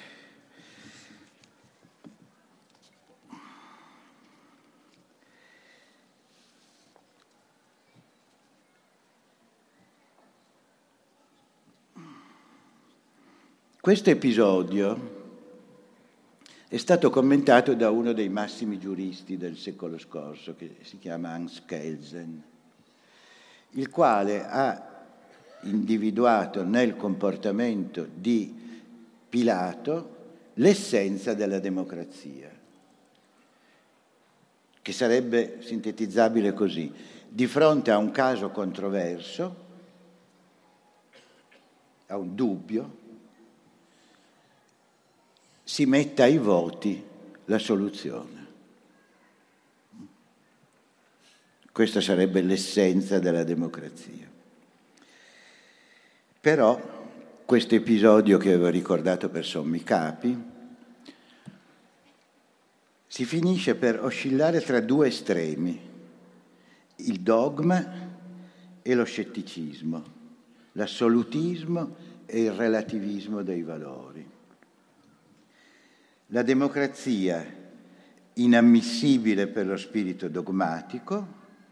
questo episodio è stato commentato da uno dei massimi giuristi del secolo scorso, che si chiama Hans Kelsen, il quale ha individuato nel comportamento di Pilato l'essenza della democrazia, che sarebbe sintetizzabile così: di fronte a un caso controverso, a un dubbio, si metta ai voti la soluzione. Questa sarebbe l'essenza della democrazia. Però questo episodio che avevo ricordato per sommi capi si finisce per oscillare tra due estremi, il dogma e lo scetticismo, l'assolutismo e il relativismo dei valori. La democrazia inammissibile per lo spirito dogmatico,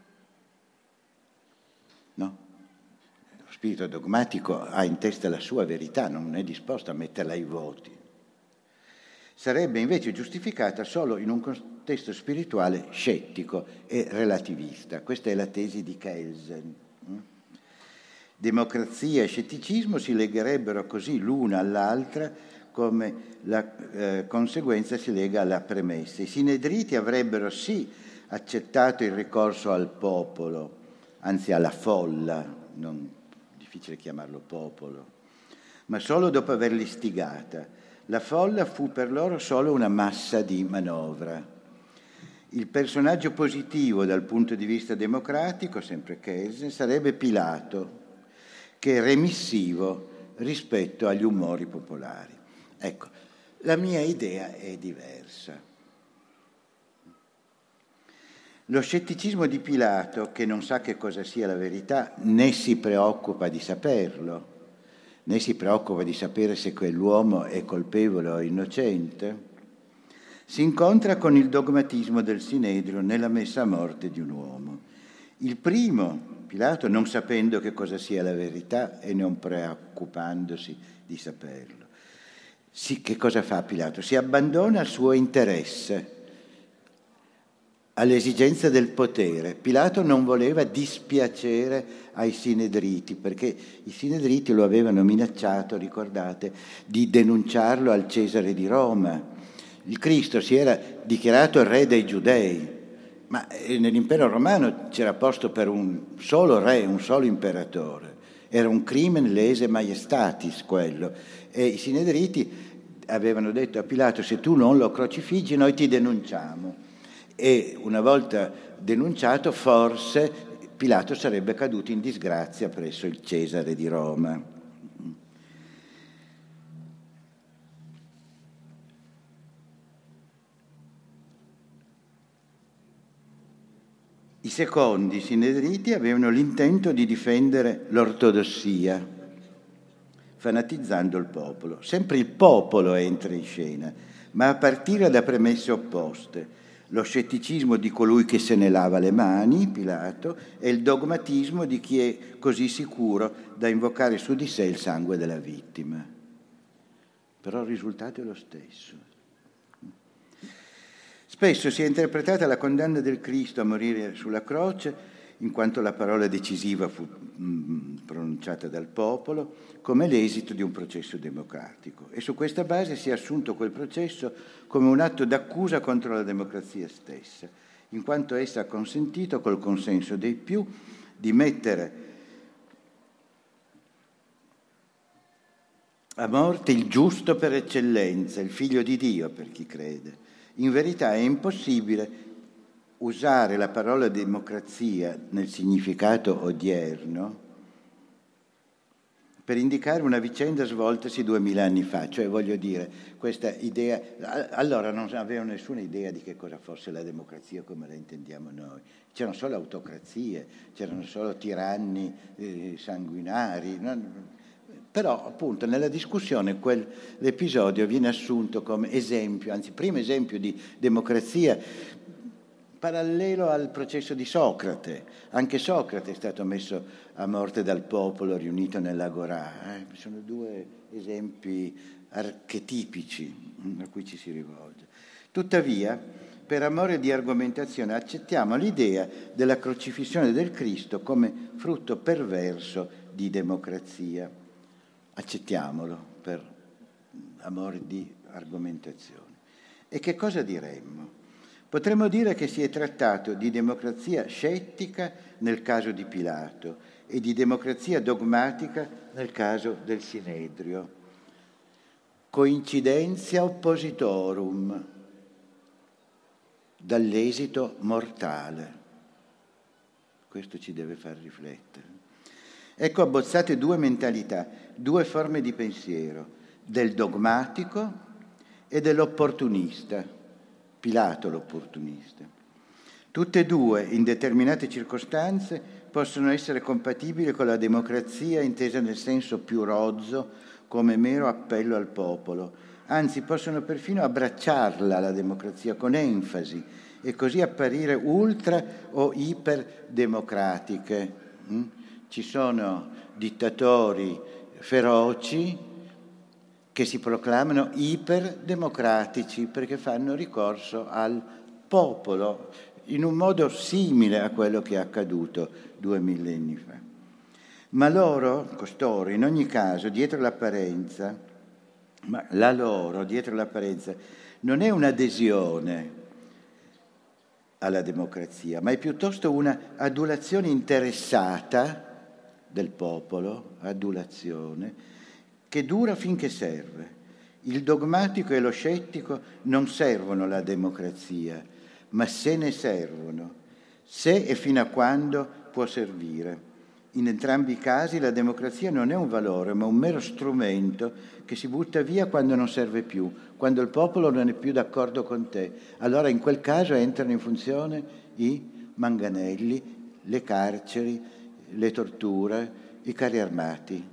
no? Lo spirito dogmatico ha in testa la sua verità, non è disposto a metterla ai voti. Sarebbe invece giustificata solo in un contesto spirituale scettico e relativista. Questa è la tesi di Kelsen. Democrazia e scetticismo si legherebbero così l'una all'altra come la eh, conseguenza si lega alla premessa. I sinedriti avrebbero sì accettato il ricorso al popolo, anzi alla folla, non difficile chiamarlo popolo, ma solo dopo averli istigata. La folla fu per loro solo una massa di manovra. Il personaggio positivo dal punto di vista democratico, sempre Kelsen, sarebbe Pilato, che è remissivo rispetto agli umori popolari. Ecco, la mia idea è diversa. Lo scetticismo di Pilato, che non sa che cosa sia la verità, né si preoccupa di saperlo, né si preoccupa di sapere se quell'uomo è colpevole o innocente, si incontra con il dogmatismo del Sinedrio nella messa a morte di un uomo. Il primo, Pilato, non sapendo che cosa sia la verità e non preoccupandosi di saperlo. Sì, che cosa fa Pilato? Si abbandona al suo interesse, all'esigenza del potere. Pilato non voleva dispiacere ai sinedriti, perché i sinedriti lo avevano minacciato, ricordate, di denunciarlo al Cesare di Roma. Il Cristo si era dichiarato re dei Giudei, ma nell'impero romano c'era posto per un solo re, un solo imperatore. Era un crimen lese majestatis quello. E i sinedriti avevano detto a Pilato: se tu non lo crocifiggi noi ti denunciamo. E una volta denunciato, forse Pilato sarebbe caduto in disgrazia presso il Cesare di Roma. I secondi sinedriti avevano l'intento di difendere l'ortodossia, fanatizzando il popolo. Sempre il popolo entra in scena, ma a partire da premesse opposte. Lo scetticismo di colui che se ne lava le mani, Pilato, e il dogmatismo di chi è così sicuro da invocare su di sé il sangue della vittima. Però il risultato è lo stesso. Spesso si è interpretata la condanna del Cristo a morire sulla croce, in quanto la parola decisiva fu mh, pronunciata dal popolo, come l'esito di un processo democratico. E su questa base si è assunto quel processo come un atto d'accusa contro la democrazia stessa, in quanto essa ha consentito, col consenso dei più, di mettere a morte il giusto per eccellenza, il figlio di Dio per chi crede. In verità è impossibile usare la parola democrazia nel significato odierno per indicare una vicenda svoltasi duemila anni fa, cioè voglio dire, questa idea, allora non avevano nessuna idea di che cosa fosse la democrazia come la intendiamo noi, c'erano solo autocrazie, c'erano solo tiranni eh, sanguinari, no? Però appunto nella discussione quell'episodio viene assunto come esempio, anzi primo esempio di democrazia, parallelo al processo di Socrate. Anche Socrate è stato messo a morte dal popolo riunito nell'Agorà. Eh? Sono due esempi archetipici a cui ci si rivolge. Tuttavia, per amore di argomentazione, accettiamo l'idea della crocifissione del Cristo come frutto perverso di democrazia. Accettiamolo per amore di argomentazione. E che cosa diremmo? Potremmo dire che si è trattato di democrazia scettica nel caso di Pilato e di democrazia dogmatica nel caso del Sinedrio. Coincidentia oppositorum, dall'esito mortale. Questo ci deve far riflettere. Ecco abbozzate due mentalità, due forme di pensiero, del dogmatico e dell'opportunista, Pilato l'opportunista. Tutte e due, in determinate circostanze, possono essere compatibili con la democrazia intesa nel senso più rozzo, come mero appello al popolo. Anzi, possono perfino abbracciarla, la democrazia, con enfasi, e così apparire ultra o iperdemocratiche. Mm? Ci sono dittatori feroci che si proclamano iperdemocratici perché fanno ricorso al popolo in un modo simile a quello che è accaduto due millenni fa. Ma loro, costoro, in ogni caso, dietro l'apparenza, ma la loro, dietro l'apparenza, non è un'adesione alla democrazia, ma è piuttosto una adulazione interessata del popolo, adulazione, che dura finché serve. Il dogmatico e lo scettico non servono alla democrazia, ma se ne servono, se e fino a quando può servire. In entrambi i casi la democrazia non è un valore, ma un mero strumento che si butta via quando non serve più, quando il popolo non è più d'accordo con te. Allora in quel caso entrano in funzione i manganelli, le carceri, le torture, i carri armati.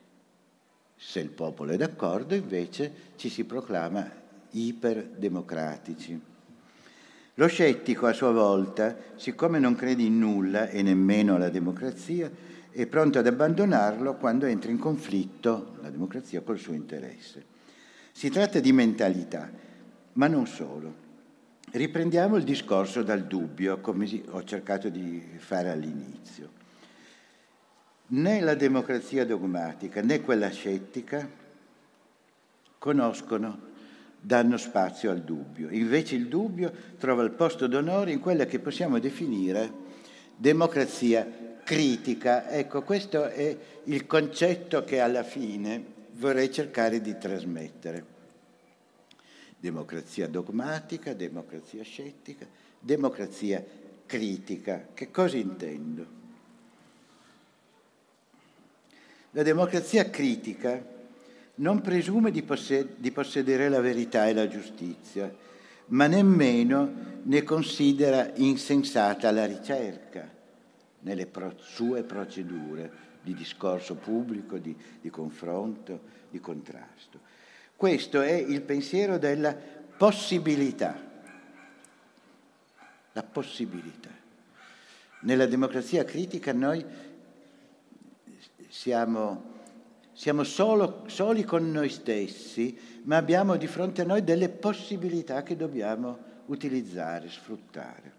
Se il popolo è d'accordo, invece, ci si proclama iperdemocratici. Lo scettico, a sua volta, siccome non crede in nulla e nemmeno alla democrazia, è pronto ad abbandonarlo quando entra in conflitto, la democrazia, col suo interesse. Si tratta di mentalità, ma non solo. Riprendiamo il discorso dal dubbio, come ho cercato di fare all'inizio. Né la democrazia dogmatica né quella scettica conoscono, danno spazio al dubbio. Invece il dubbio trova il posto d'onore in quella che possiamo definire democrazia critica. Ecco, questo è il concetto che alla fine vorrei cercare di trasmettere. Democrazia dogmatica, democrazia scettica, democrazia critica. Che cosa intendo? La democrazia critica non presume di, possed- di possedere la verità e la giustizia, ma nemmeno ne considera insensata la ricerca nelle pro- sue procedure di discorso pubblico, di, di confronto, di contrasto. Questo è il pensiero della possibilità. La possibilità. Nella democrazia critica noi siamo, siamo solo, soli con noi stessi, ma abbiamo di fronte a noi delle possibilità che dobbiamo utilizzare, sfruttare.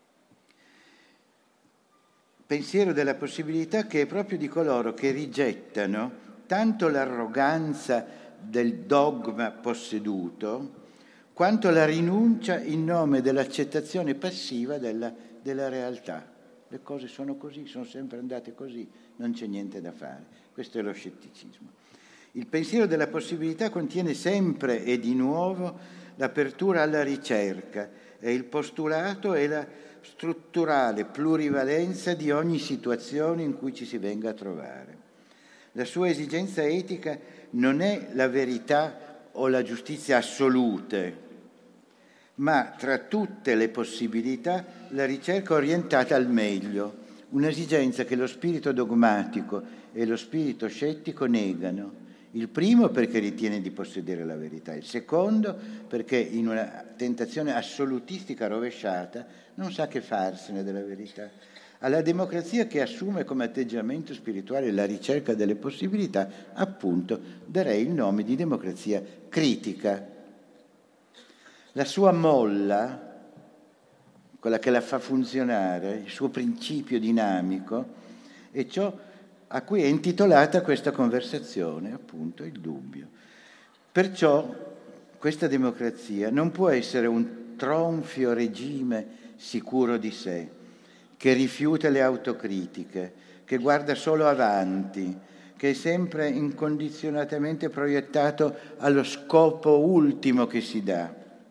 Pensiero della possibilità che è proprio di coloro che rigettano tanto l'arroganza del dogma posseduto, quanto la rinuncia in nome dell'accettazione passiva della, della realtà. Le cose sono così, sono sempre andate così, non c'è niente da fare. Questo è lo scetticismo. Il pensiero della possibilità contiene sempre e di nuovo l'apertura alla ricerca e il postulato e la strutturale plurivalenza di ogni situazione in cui ci si venga a trovare. La sua esigenza etica non è la verità o la giustizia assolute, ma tra tutte le possibilità la ricerca orientata al meglio, un'esigenza che lo spirito dogmatico e lo spirito scettico negano. Il primo perché ritiene di possedere la verità, il secondo perché in una tentazione assolutistica rovesciata non sa che farsene della verità. Alla democrazia che assume come atteggiamento spirituale la ricerca delle possibilità, appunto, darei il nome di democrazia critica. La sua molla, quella che la fa funzionare, il suo principio dinamico, è ciò a cui è intitolata questa conversazione, appunto, il dubbio. Perciò questa democrazia non può essere un tronfio regime sicuro di sé, che rifiuta le autocritiche, che guarda solo avanti, che è sempre incondizionatamente proiettato allo scopo ultimo che si dà.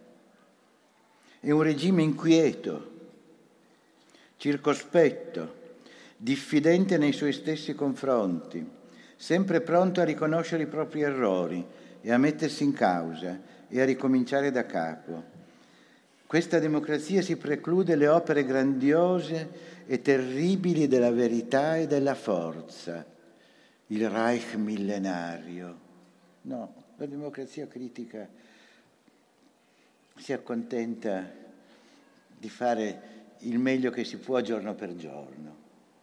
È un regime inquieto, circospetto, diffidente nei suoi stessi confronti, sempre pronto a riconoscere i propri errori e a mettersi in causa e a ricominciare da capo. Questa democrazia si preclude le opere grandiose e terribili della verità e della forza, il Reich millenario. No, la democrazia critica si accontenta di fare il meglio che si può giorno per giorno.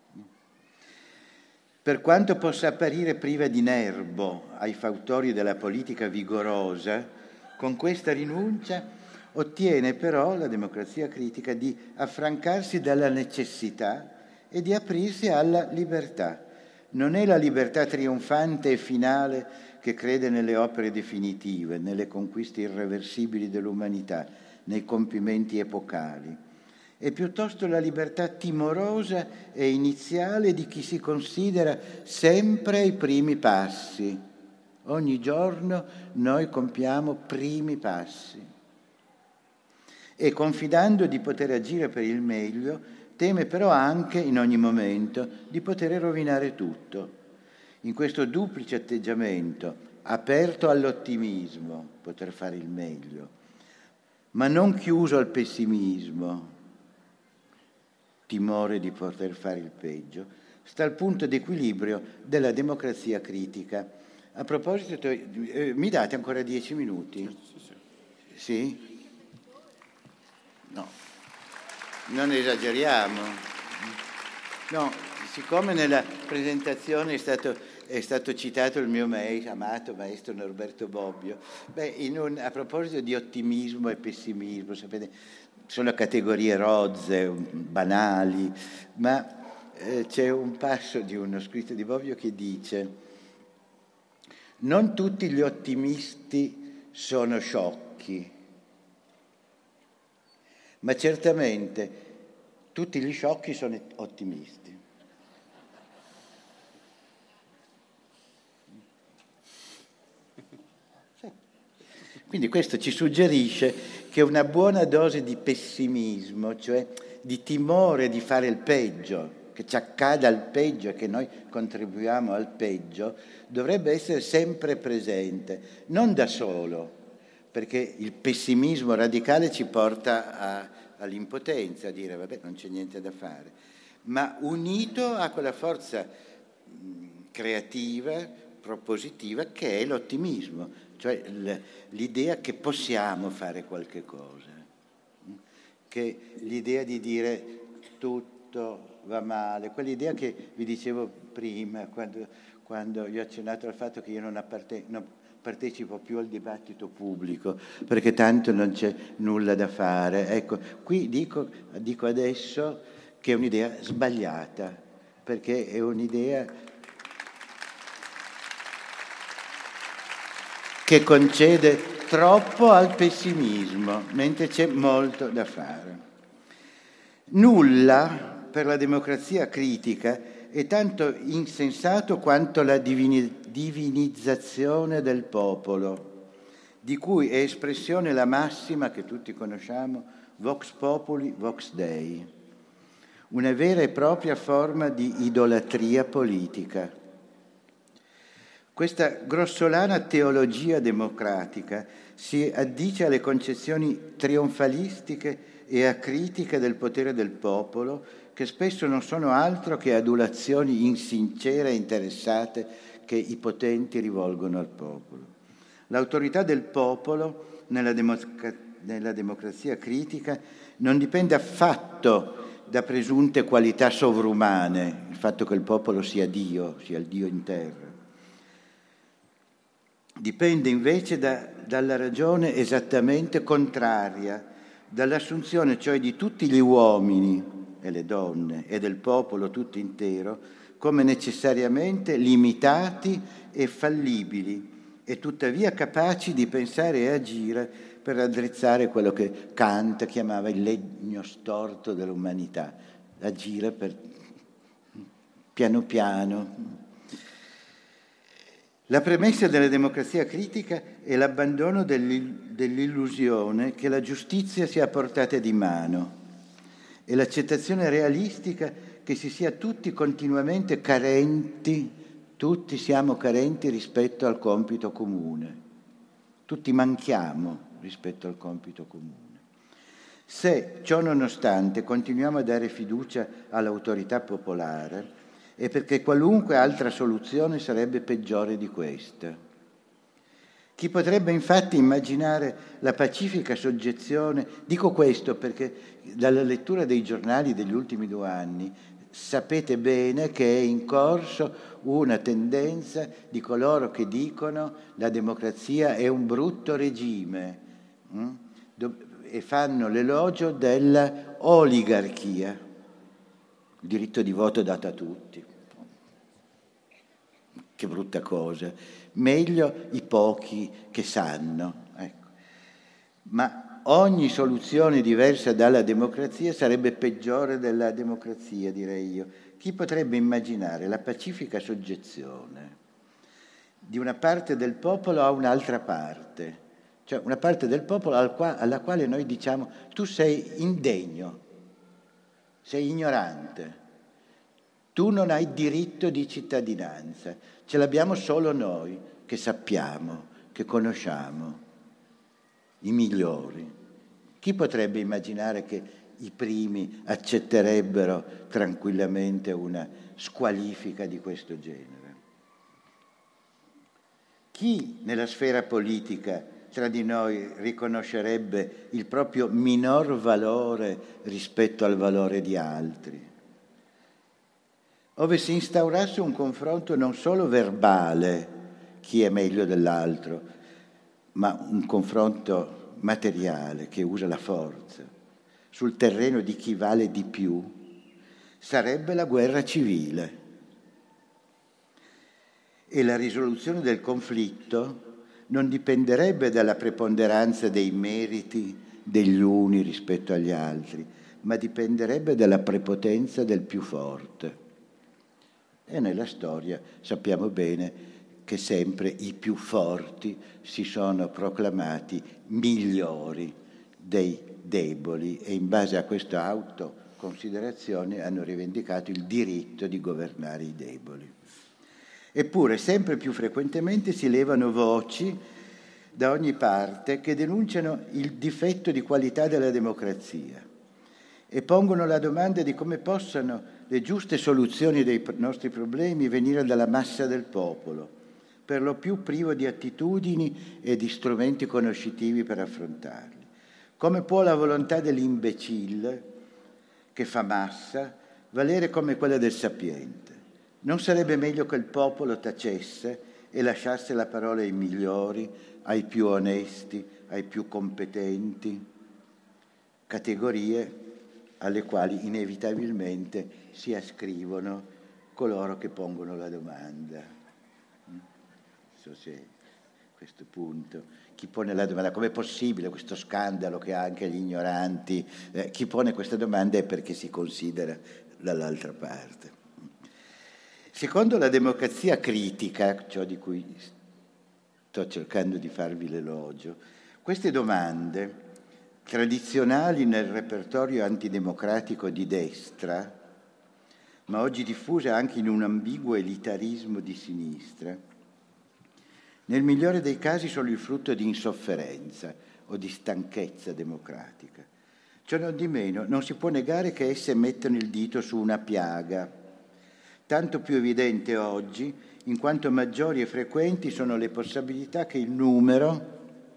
Per quanto possa apparire priva di nerbo ai fautori della politica vigorosa, con questa rinuncia ottiene però la democrazia critica di affrancarsi dalla necessità e di aprirsi alla libertà. Non è la libertà trionfante e finale che crede nelle opere definitive, nelle conquiste irreversibili dell'umanità, nei compimenti epocali. È piuttosto la libertà timorosa e iniziale di chi si considera sempre ai primi passi. Ogni giorno noi compiamo primi passi. E confidando di poter agire per il meglio, teme però anche, in ogni momento, di poter rovinare tutto. In questo duplice atteggiamento, aperto all'ottimismo, poter fare il meglio, ma non chiuso al pessimismo, timore di poter fare il peggio, sta il punto d'equilibrio della democrazia critica. A proposito, eh, mi date ancora dieci minuti? Sì? sì, sì. Sì? No, non esageriamo. No, siccome nella presentazione è stato, è stato citato il mio maestro, amato maestro Norberto Bobbio, beh, in un, a proposito di ottimismo e pessimismo, sapete, sono categorie rozze, banali, ma eh, c'è un passo di uno scritto di Bobbio che dice: non tutti gli ottimisti sono sciocchi, ma certamente tutti gli sciocchi sono ottimisti. Quindi questo ci suggerisce che una buona dose di pessimismo, cioè di timore di fare il peggio, che ci accada il peggio e che noi contribuiamo al peggio, dovrebbe essere sempre presente, non da solo, perché il pessimismo radicale ci porta a, all'impotenza, a dire vabbè non c'è niente da fare, ma unito a quella forza mh, creativa, propositiva, che è l'ottimismo, cioè l'idea che possiamo fare qualche cosa, che l'idea di dire tutto va male, quell'idea che vi dicevo prima, quando, quando vi ho accennato al fatto che io non, apparte, non partecipo più al dibattito pubblico, perché tanto non c'è nulla da fare. Ecco, qui dico, dico adesso che è un'idea sbagliata, perché è un'idea che concede troppo al pessimismo, mentre c'è molto da fare. Nulla per la democrazia critica è tanto insensato quanto la divini- divinizzazione del popolo, di cui è espressione la massima che tutti conosciamo, vox populi, vox dei, una vera e propria forma di idolatria politica. Questa grossolana teologia democratica si addice alle concezioni trionfalistiche e acritiche del potere del popolo, che spesso non sono altro che adulazioni insincere e interessate che i potenti rivolgono al popolo. L'autorità del popolo nella, democ- nella democrazia critica non dipende affatto da presunte qualità sovrumane, il fatto che il popolo sia Dio, sia il Dio in terra. Dipende invece da, dalla ragione esattamente contraria, dall'assunzione cioè di tutti gli uomini e le donne e del popolo tutto intero come necessariamente limitati e fallibili e tuttavia capaci di pensare e agire per raddrizzare quello che Kant chiamava il legno storto dell'umanità, agire per piano piano. La premessa della democrazia critica è l'abbandono dell'illusione che la giustizia sia a portata di mano e l'accettazione realistica che si sia tutti continuamente carenti, tutti siamo carenti rispetto al compito comune, tutti manchiamo rispetto al compito comune. Se, ciò nonostante, continuiamo a dare fiducia all'autorità popolare, è perché qualunque altra soluzione sarebbe peggiore di questa. Chi potrebbe infatti immaginare la pacifica soggezione, dico questo perché dalla lettura dei giornali degli ultimi due anni sapete bene che è in corso una tendenza di coloro che dicono la democrazia è un brutto regime hm? e fanno l'elogio della oligarchia, il diritto di voto dato a tutti. Che brutta cosa. Meglio i pochi che sanno. Ecco. Ma ogni soluzione diversa dalla democrazia sarebbe peggiore della democrazia, direi io. Chi potrebbe immaginare la pacifica soggezione di una parte del popolo a un'altra parte? Cioè una parte del popolo alla quale noi diciamo tu sei indegno, sei ignorante, tu non hai diritto di cittadinanza, ce l'abbiamo solo noi che sappiamo, che conosciamo, i migliori. Chi potrebbe immaginare che i primi accetterebbero tranquillamente una squalifica di questo genere? Chi nella sfera politica tra di noi riconoscerebbe il proprio minor valore rispetto al valore di altri? Ove si instaurasse un confronto non solo verbale, chi è meglio dell'altro, ma un confronto materiale che usa la forza. sul terreno di chi vale di più, sarebbe la guerra civile. E la risoluzione del conflitto non dipenderebbe dalla preponderanza dei meriti degli uni rispetto agli altri, ma dipenderebbe dalla prepotenza del più forte. E nella storia sappiamo bene che sempre i più forti si sono proclamati migliori dei deboli e in base a questa autoconsiderazione hanno rivendicato il diritto di governare i deboli. Eppure sempre più frequentemente si levano voci da ogni parte che denunciano il difetto di qualità della democrazia e pongono la domanda di come possano le giuste soluzioni dei nostri problemi venire dalla massa del popolo, per lo più privo di attitudini e di strumenti conoscitivi per affrontarli. Come può la volontà dell'imbecille, che fa massa, valere come quella del sapiente? Non sarebbe meglio che il popolo tacesse e lasciasse la parola ai migliori, ai più onesti, ai più competenti, categorie alle quali inevitabilmente si ascrivono coloro che pongono la domanda. Non so se a questo punto chi pone la domanda, com'è possibile questo scandalo che ha anche gli ignoranti? Eh, chi pone questa domanda è perché si considera dall'altra parte. Secondo la democrazia critica, ciò di cui sto cercando di farvi l'elogio, queste domande, tradizionali nel repertorio antidemocratico di destra, ma oggi diffuse anche in un ambiguo elitarismo di sinistra, nel migliore dei casi sono il frutto di insofferenza o di stanchezza democratica. Ciò non di meno, non si può negare che esse mettono il dito su una piaga, tanto più evidente oggi, in quanto maggiori e frequenti sono le possibilità che il numero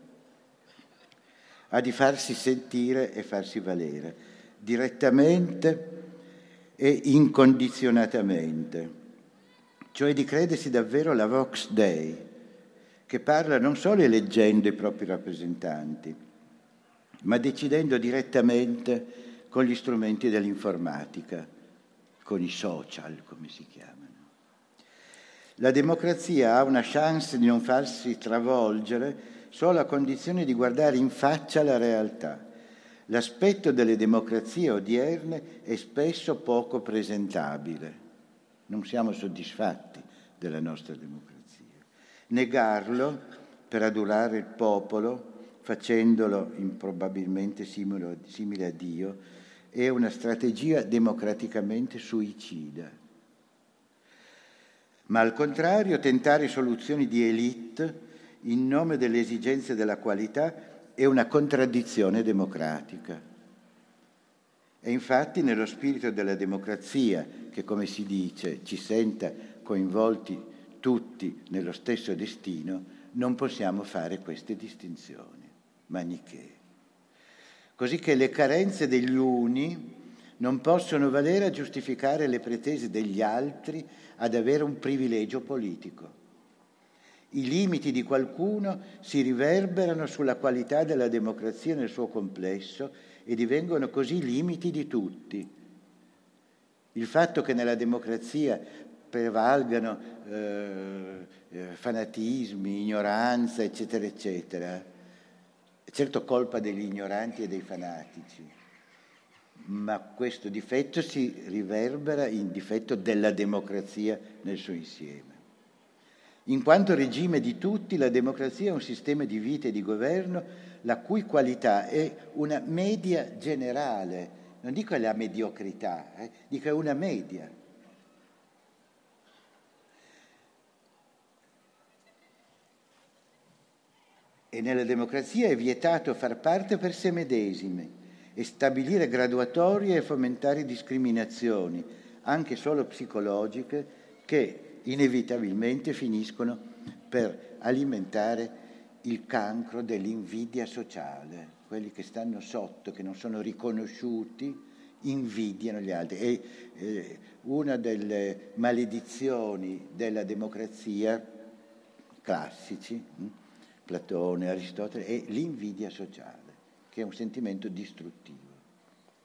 ha di farsi sentire e farsi valere, direttamente e incondizionatamente, cioè di credersi davvero la Vox Dei, che parla non solo eleggendo i propri rappresentanti, ma decidendo direttamente con gli strumenti dell'informatica, con i social, come si chiamano. La democrazia ha una chance di non farsi travolgere solo a condizione di guardare in faccia la realtà. L'aspetto delle democrazie odierne è spesso poco presentabile. Non siamo soddisfatti della nostra democrazia. Negarlo per adulare il popolo, facendolo improbabilmente simile, simile a Dio, è una strategia democraticamente suicida. Ma al contrario, tentare soluzioni di élite in nome delle esigenze della qualità è una contraddizione democratica. E infatti nello spirito della democrazia, che come si dice ci senta coinvolti tutti nello stesso destino, non possiamo fare queste distinzioni manichee. Così che le carenze degli uni non possono valere a giustificare le pretese degli altri ad avere un privilegio politico. I limiti di qualcuno si riverberano sulla qualità della democrazia nel suo complesso e divengono così limiti di tutti. Il fatto che nella democrazia prevalgano eh, fanatismi, ignoranza, eccetera, eccetera, è certo colpa degli ignoranti e dei fanatici, ma questo difetto si riverbera in difetto della democrazia nel suo insieme. In quanto regime di tutti, la democrazia è un sistema di vita e di governo la cui qualità è una media generale, non dico è la mediocrità, eh, dico è una media. E nella democrazia è vietato far parte per sé medesimi e stabilire graduatorie e fomentare discriminazioni, anche solo psicologiche, che inevitabilmente finiscono per alimentare il cancro dell'invidia sociale. Quelli che stanno sotto, che non sono riconosciuti, invidiano gli altri. E eh, una delle maledizioni della democrazia classici, hm, Platone, Aristotele, è l'invidia sociale, che è un sentimento distruttivo.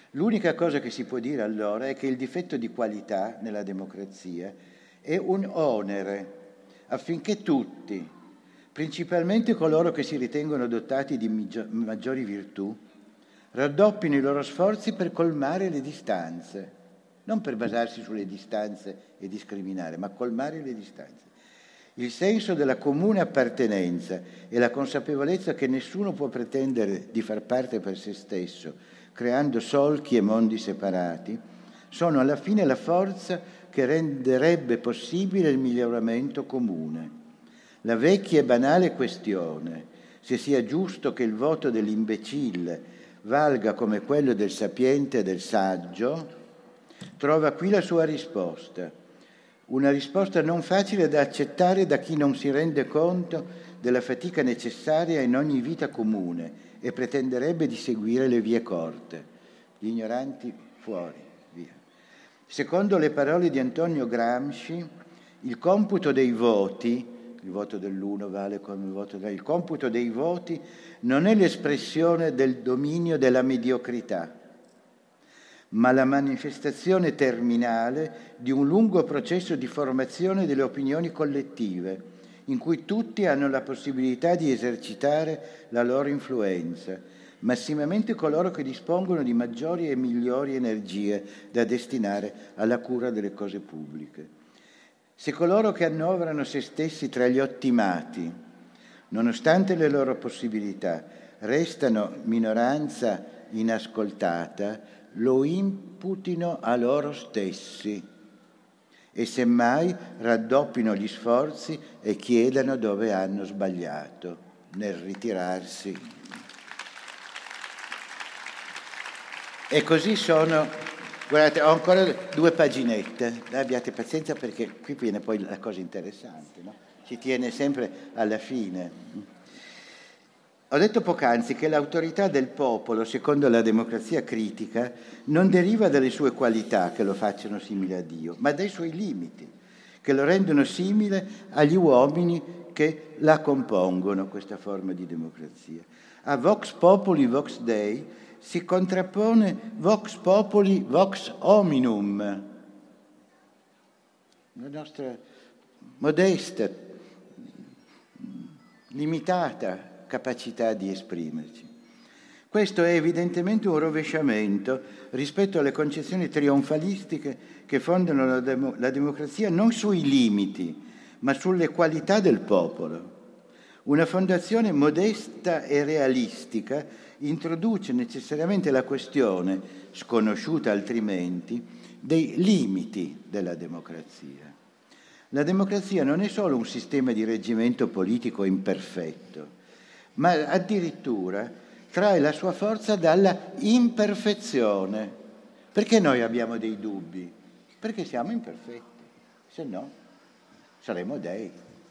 L'unica cosa che si può dire allora è che il difetto di qualità nella democrazia è un onere affinché tutti, principalmente coloro che si ritengono dotati di maggiori virtù, raddoppino i loro sforzi per colmare le distanze, non per basarsi sulle distanze e discriminare, ma colmare le distanze. Il senso della comune appartenenza e la consapevolezza che nessuno può pretendere di far parte per se stesso, creando solchi e mondi separati, sono alla fine la forza che renderebbe possibile il miglioramento comune. La vecchia e banale questione, se sia giusto che il voto dell'imbecille valga come quello del sapiente e del saggio, trova qui la sua risposta. Una risposta non facile da accettare da chi non si rende conto della fatica necessaria in ogni vita comune e pretenderebbe di seguire le vie corte. Gli ignoranti fuori, via. Secondo le parole di Antonio Gramsci, il computo dei voti, il voto dell'uno vale come il voto dell'altro, il computo dei voti non è l'espressione del dominio della mediocrità, ma la manifestazione terminale di un lungo processo di formazione delle opinioni collettive, in cui tutti hanno la possibilità di esercitare la loro influenza, massimamente coloro che dispongono di maggiori e migliori energie da destinare alla cura delle cose pubbliche. Se coloro che annoverano se stessi tra gli ottimati, nonostante le loro possibilità, restano minoranza inascoltata, lo imputino a loro stessi e semmai raddoppino gli sforzi e chiedano dove hanno sbagliato nel ritirarsi. E così sono, guardate, ho ancora due paginette, abbiate pazienza perché qui viene poi la cosa interessante, no? Ci tiene sempre alla fine. Ho detto poc'anzi che l'autorità del popolo, secondo la democrazia critica, non deriva dalle sue qualità che lo facciano simile a Dio, ma dai suoi limiti, che lo rendono simile agli uomini che la compongono, questa forma di democrazia. A vox populi, vox Dei si contrappone vox populi, vox hominum, la nostra modesta, limitata capacità di esprimerci. Questo è evidentemente un rovesciamento rispetto alle concezioni trionfalistiche che fondano la, dem- la democrazia non sui limiti, ma sulle qualità del popolo. Una fondazione modesta e realistica introduce necessariamente la questione, sconosciuta altrimenti, dei limiti della democrazia. La democrazia non è solo un sistema di reggimento politico imperfetto, ma addirittura trae la sua forza dalla imperfezione. Perché noi abbiamo dei dubbi? Perché siamo imperfetti, se no saremo dei.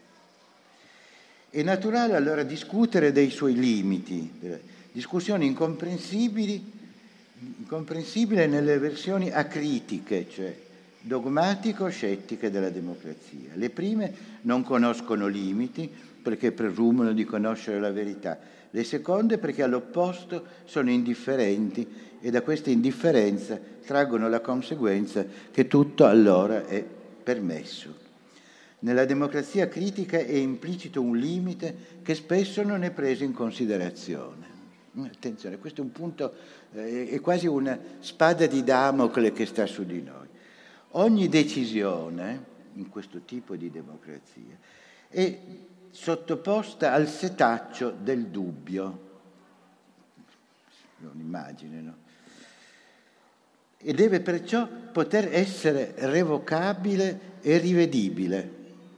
È naturale allora discutere dei suoi limiti, discussioni incomprensibili, incomprensibili nelle versioni acritiche, cioè dogmatico-scettiche della democrazia. Le prime non conoscono limiti perché presumono di conoscere la verità, le seconde perché all'opposto sono indifferenti e da questa indifferenza traggono la conseguenza che tutto allora è permesso. Nella democrazia critica è implicito un limite che spesso non è preso in considerazione. Attenzione, questo è un punto, eh, è quasi una spada di Damocle che sta su di noi. Ogni decisione in questo tipo di democrazia è sottoposta al setaccio del dubbio, un'immagine, no? E deve perciò poter essere revocabile e rivedibile.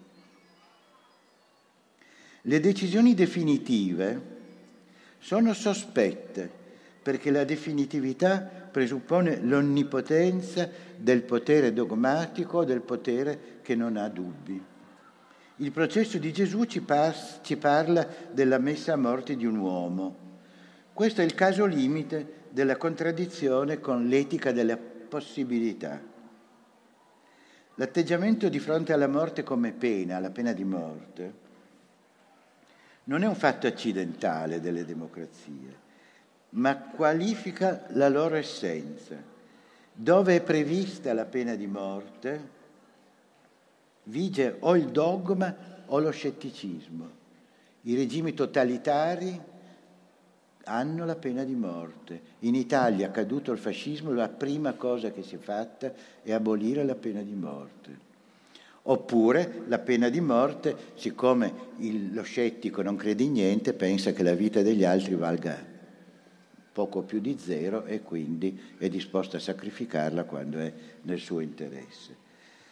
Le decisioni definitive sono sospette perché la definitività presuppone l'onnipotenza del potere dogmatico, del potere che non ha dubbi. Il processo di Gesù ci, pas- ci parla della messa a morte di un uomo. Questo è il caso limite della contraddizione con l'etica della possibilità. L'atteggiamento di fronte alla morte come pena, la pena di morte, non è un fatto accidentale delle democrazie, ma qualifica la loro essenza. Dove è prevista la pena di morte, vige o il dogma o lo scetticismo. I regimi totalitari hanno la pena di morte. In Italia, caduto il fascismo, la prima cosa che si è fatta è abolire la pena di morte. Oppure la pena di morte, siccome il, lo scettico non crede in niente, pensa che la vita degli altri valga poco più di zero e quindi è disposto a sacrificarla quando è nel suo interesse.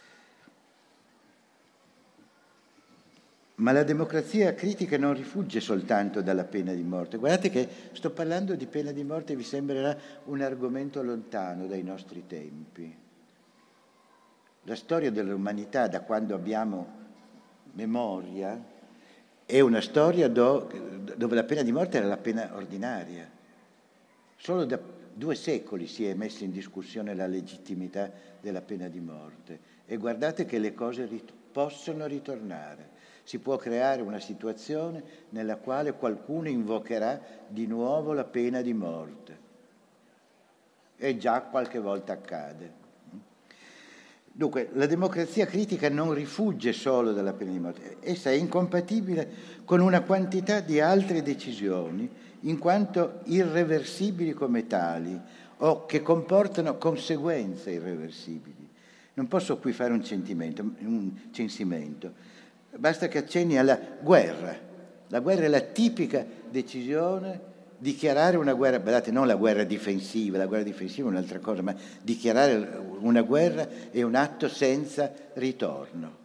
Ma la democrazia critica non rifugge soltanto dalla pena di morte. Guardate che sto parlando di pena di morte, vi sembrerà un argomento lontano dai nostri tempi. La storia dell'umanità, da quando abbiamo memoria, è una storia do, dove la pena di morte era la pena ordinaria. Solo da due secoli si è messa in discussione la legittimità della pena di morte. E guardate che le cose rit- possono ritornare. Si può creare una situazione nella quale qualcuno invocherà di nuovo la pena di morte. E già qualche volta accade. Dunque, la democrazia critica non rifugge solo dalla pena di morte, essa è incompatibile con una quantità di altre decisioni, in quanto irreversibili come tali, o che comportano conseguenze irreversibili. Non posso qui fare un censimento, un censimento. Basta che accenni alla guerra. La guerra è la tipica decisione, dichiarare una guerra, guardate, non la guerra difensiva, la guerra difensiva è un'altra cosa, ma dichiarare una guerra è un atto senza ritorno.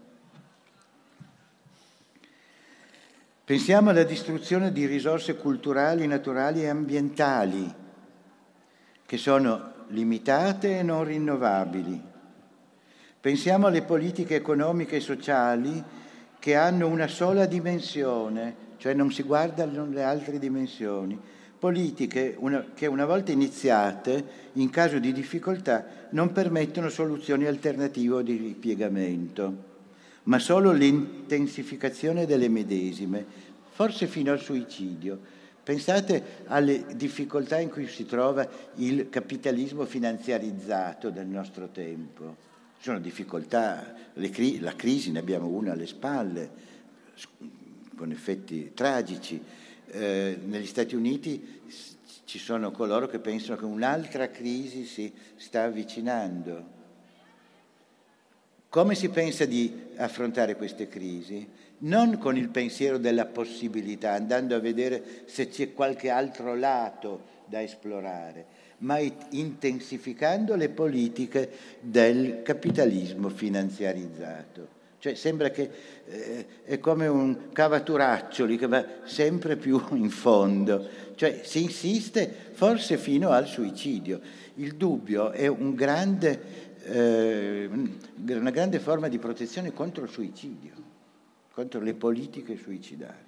Pensiamo alla distruzione di risorse culturali, naturali e ambientali, che sono limitate e non rinnovabili. Pensiamo alle politiche economiche e sociali che hanno una sola dimensione, cioè non si guardano le altre dimensioni. Politiche una, che una volta iniziate, in caso di difficoltà, non permettono soluzioni alternative o di ripiegamento, ma solo l'intensificazione delle medesime, forse fino al suicidio. Pensate alle difficoltà in cui si trova il capitalismo finanziarizzato del nostro tempo. Ci sono difficoltà, le cri- la crisi, ne abbiamo una alle spalle, con effetti tragici. Eh, negli Stati Uniti ci sono coloro che pensano che un'altra crisi si sta avvicinando. Come si pensa di affrontare queste crisi? Non con il pensiero della possibilità, andando a vedere se c'è qualche altro lato da esplorare, ma intensificando le politiche del capitalismo finanziarizzato. Cioè sembra che eh, è come un cavaturaccioli che va sempre più in fondo, cioè si insiste forse fino al suicidio. Il dubbio è un grande, eh, una grande forma di protezione contro il suicidio, contro le politiche suicidarie.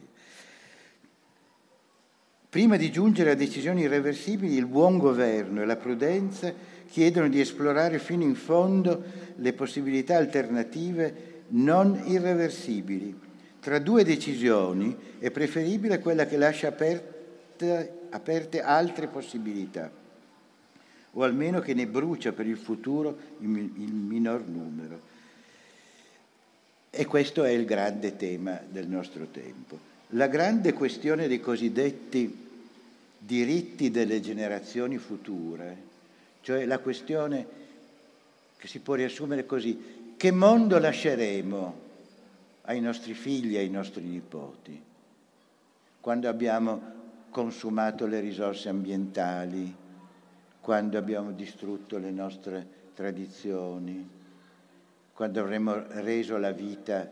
Prima di giungere a decisioni irreversibili, il buon governo e la prudenza chiedono di esplorare fino in fondo le possibilità alternative non irreversibili. Tra due decisioni è preferibile quella che lascia aperte, aperte altre possibilità, o almeno che ne brucia per il futuro il, il minor numero. E questo è il grande tema del nostro tempo. La grande questione dei cosiddetti diritti delle generazioni future, cioè la questione che si può riassumere così: che mondo lasceremo ai nostri figli e ai nostri nipoti quando abbiamo consumato le risorse ambientali, quando abbiamo distrutto le nostre tradizioni, quando avremo reso la vita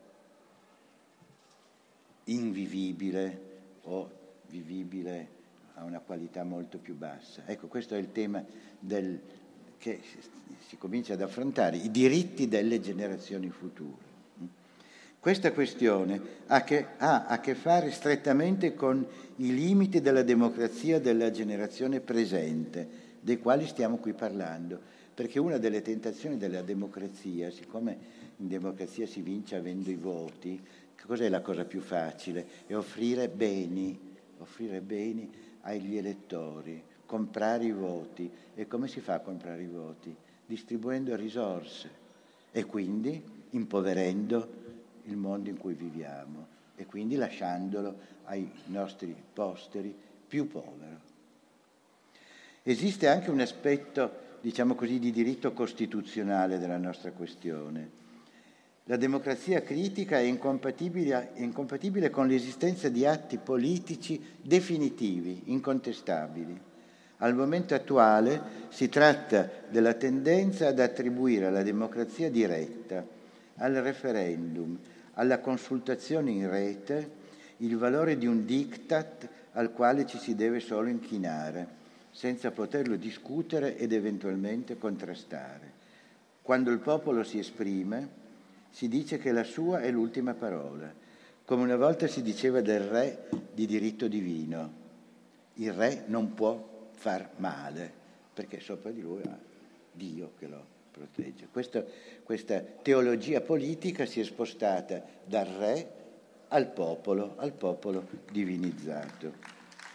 invivibile o vivibile a una qualità molto più bassa. Ecco, questo è il tema del, che si comincia ad affrontare, i diritti delle generazioni future. Questa questione ha, che, ha a che fare strettamente con i limiti della democrazia della generazione presente, dei quali stiamo qui parlando, perché una delle tentazioni della democrazia, siccome in democrazia si vince avendo i voti, che cos'è la cosa più facile? È offrire beni, offrire beni agli elettori, comprare i voti. E come si fa a comprare i voti? Distribuendo risorse e quindi impoverendo il mondo in cui viviamo e quindi lasciandolo ai nostri posteri più povero. Esiste anche un aspetto, diciamo così, di diritto costituzionale della nostra questione. La democrazia critica è incompatibile, è incompatibile con l'esistenza di atti politici definitivi, incontestabili. Al momento attuale si tratta della tendenza ad attribuire alla democrazia diretta, al referendum, alla consultazione in rete, il valore di un diktat al quale ci si deve solo inchinare, senza poterlo discutere ed eventualmente contrastare. Quando il popolo si esprime, si dice che la sua è l'ultima parola, come una volta si diceva del re di diritto divino. Il re non può far male, perché sopra di lui ha Dio che lo protegge. Questo, questa teologia politica si è spostata dal re al popolo, al popolo divinizzato.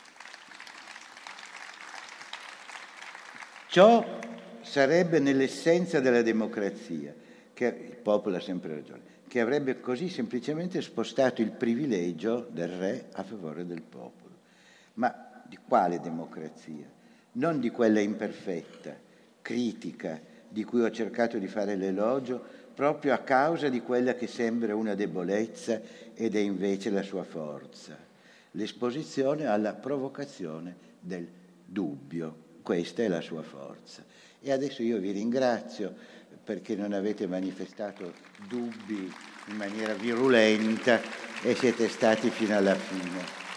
Ciò sarebbe nell'essenza della democrazia, che il popolo ha sempre ragione, che avrebbe così semplicemente spostato il privilegio del re a favore del popolo. Ma di quale democrazia? Non di quella imperfetta, critica, di cui ho cercato di fare l'elogio, proprio a causa di quella che sembra una debolezza ed è invece la sua forza, l'esposizione alla provocazione del dubbio. Questa è la sua forza. E adesso io vi ringrazio perché non avete manifestato dubbi in maniera virulenta e siete stati fino alla fine.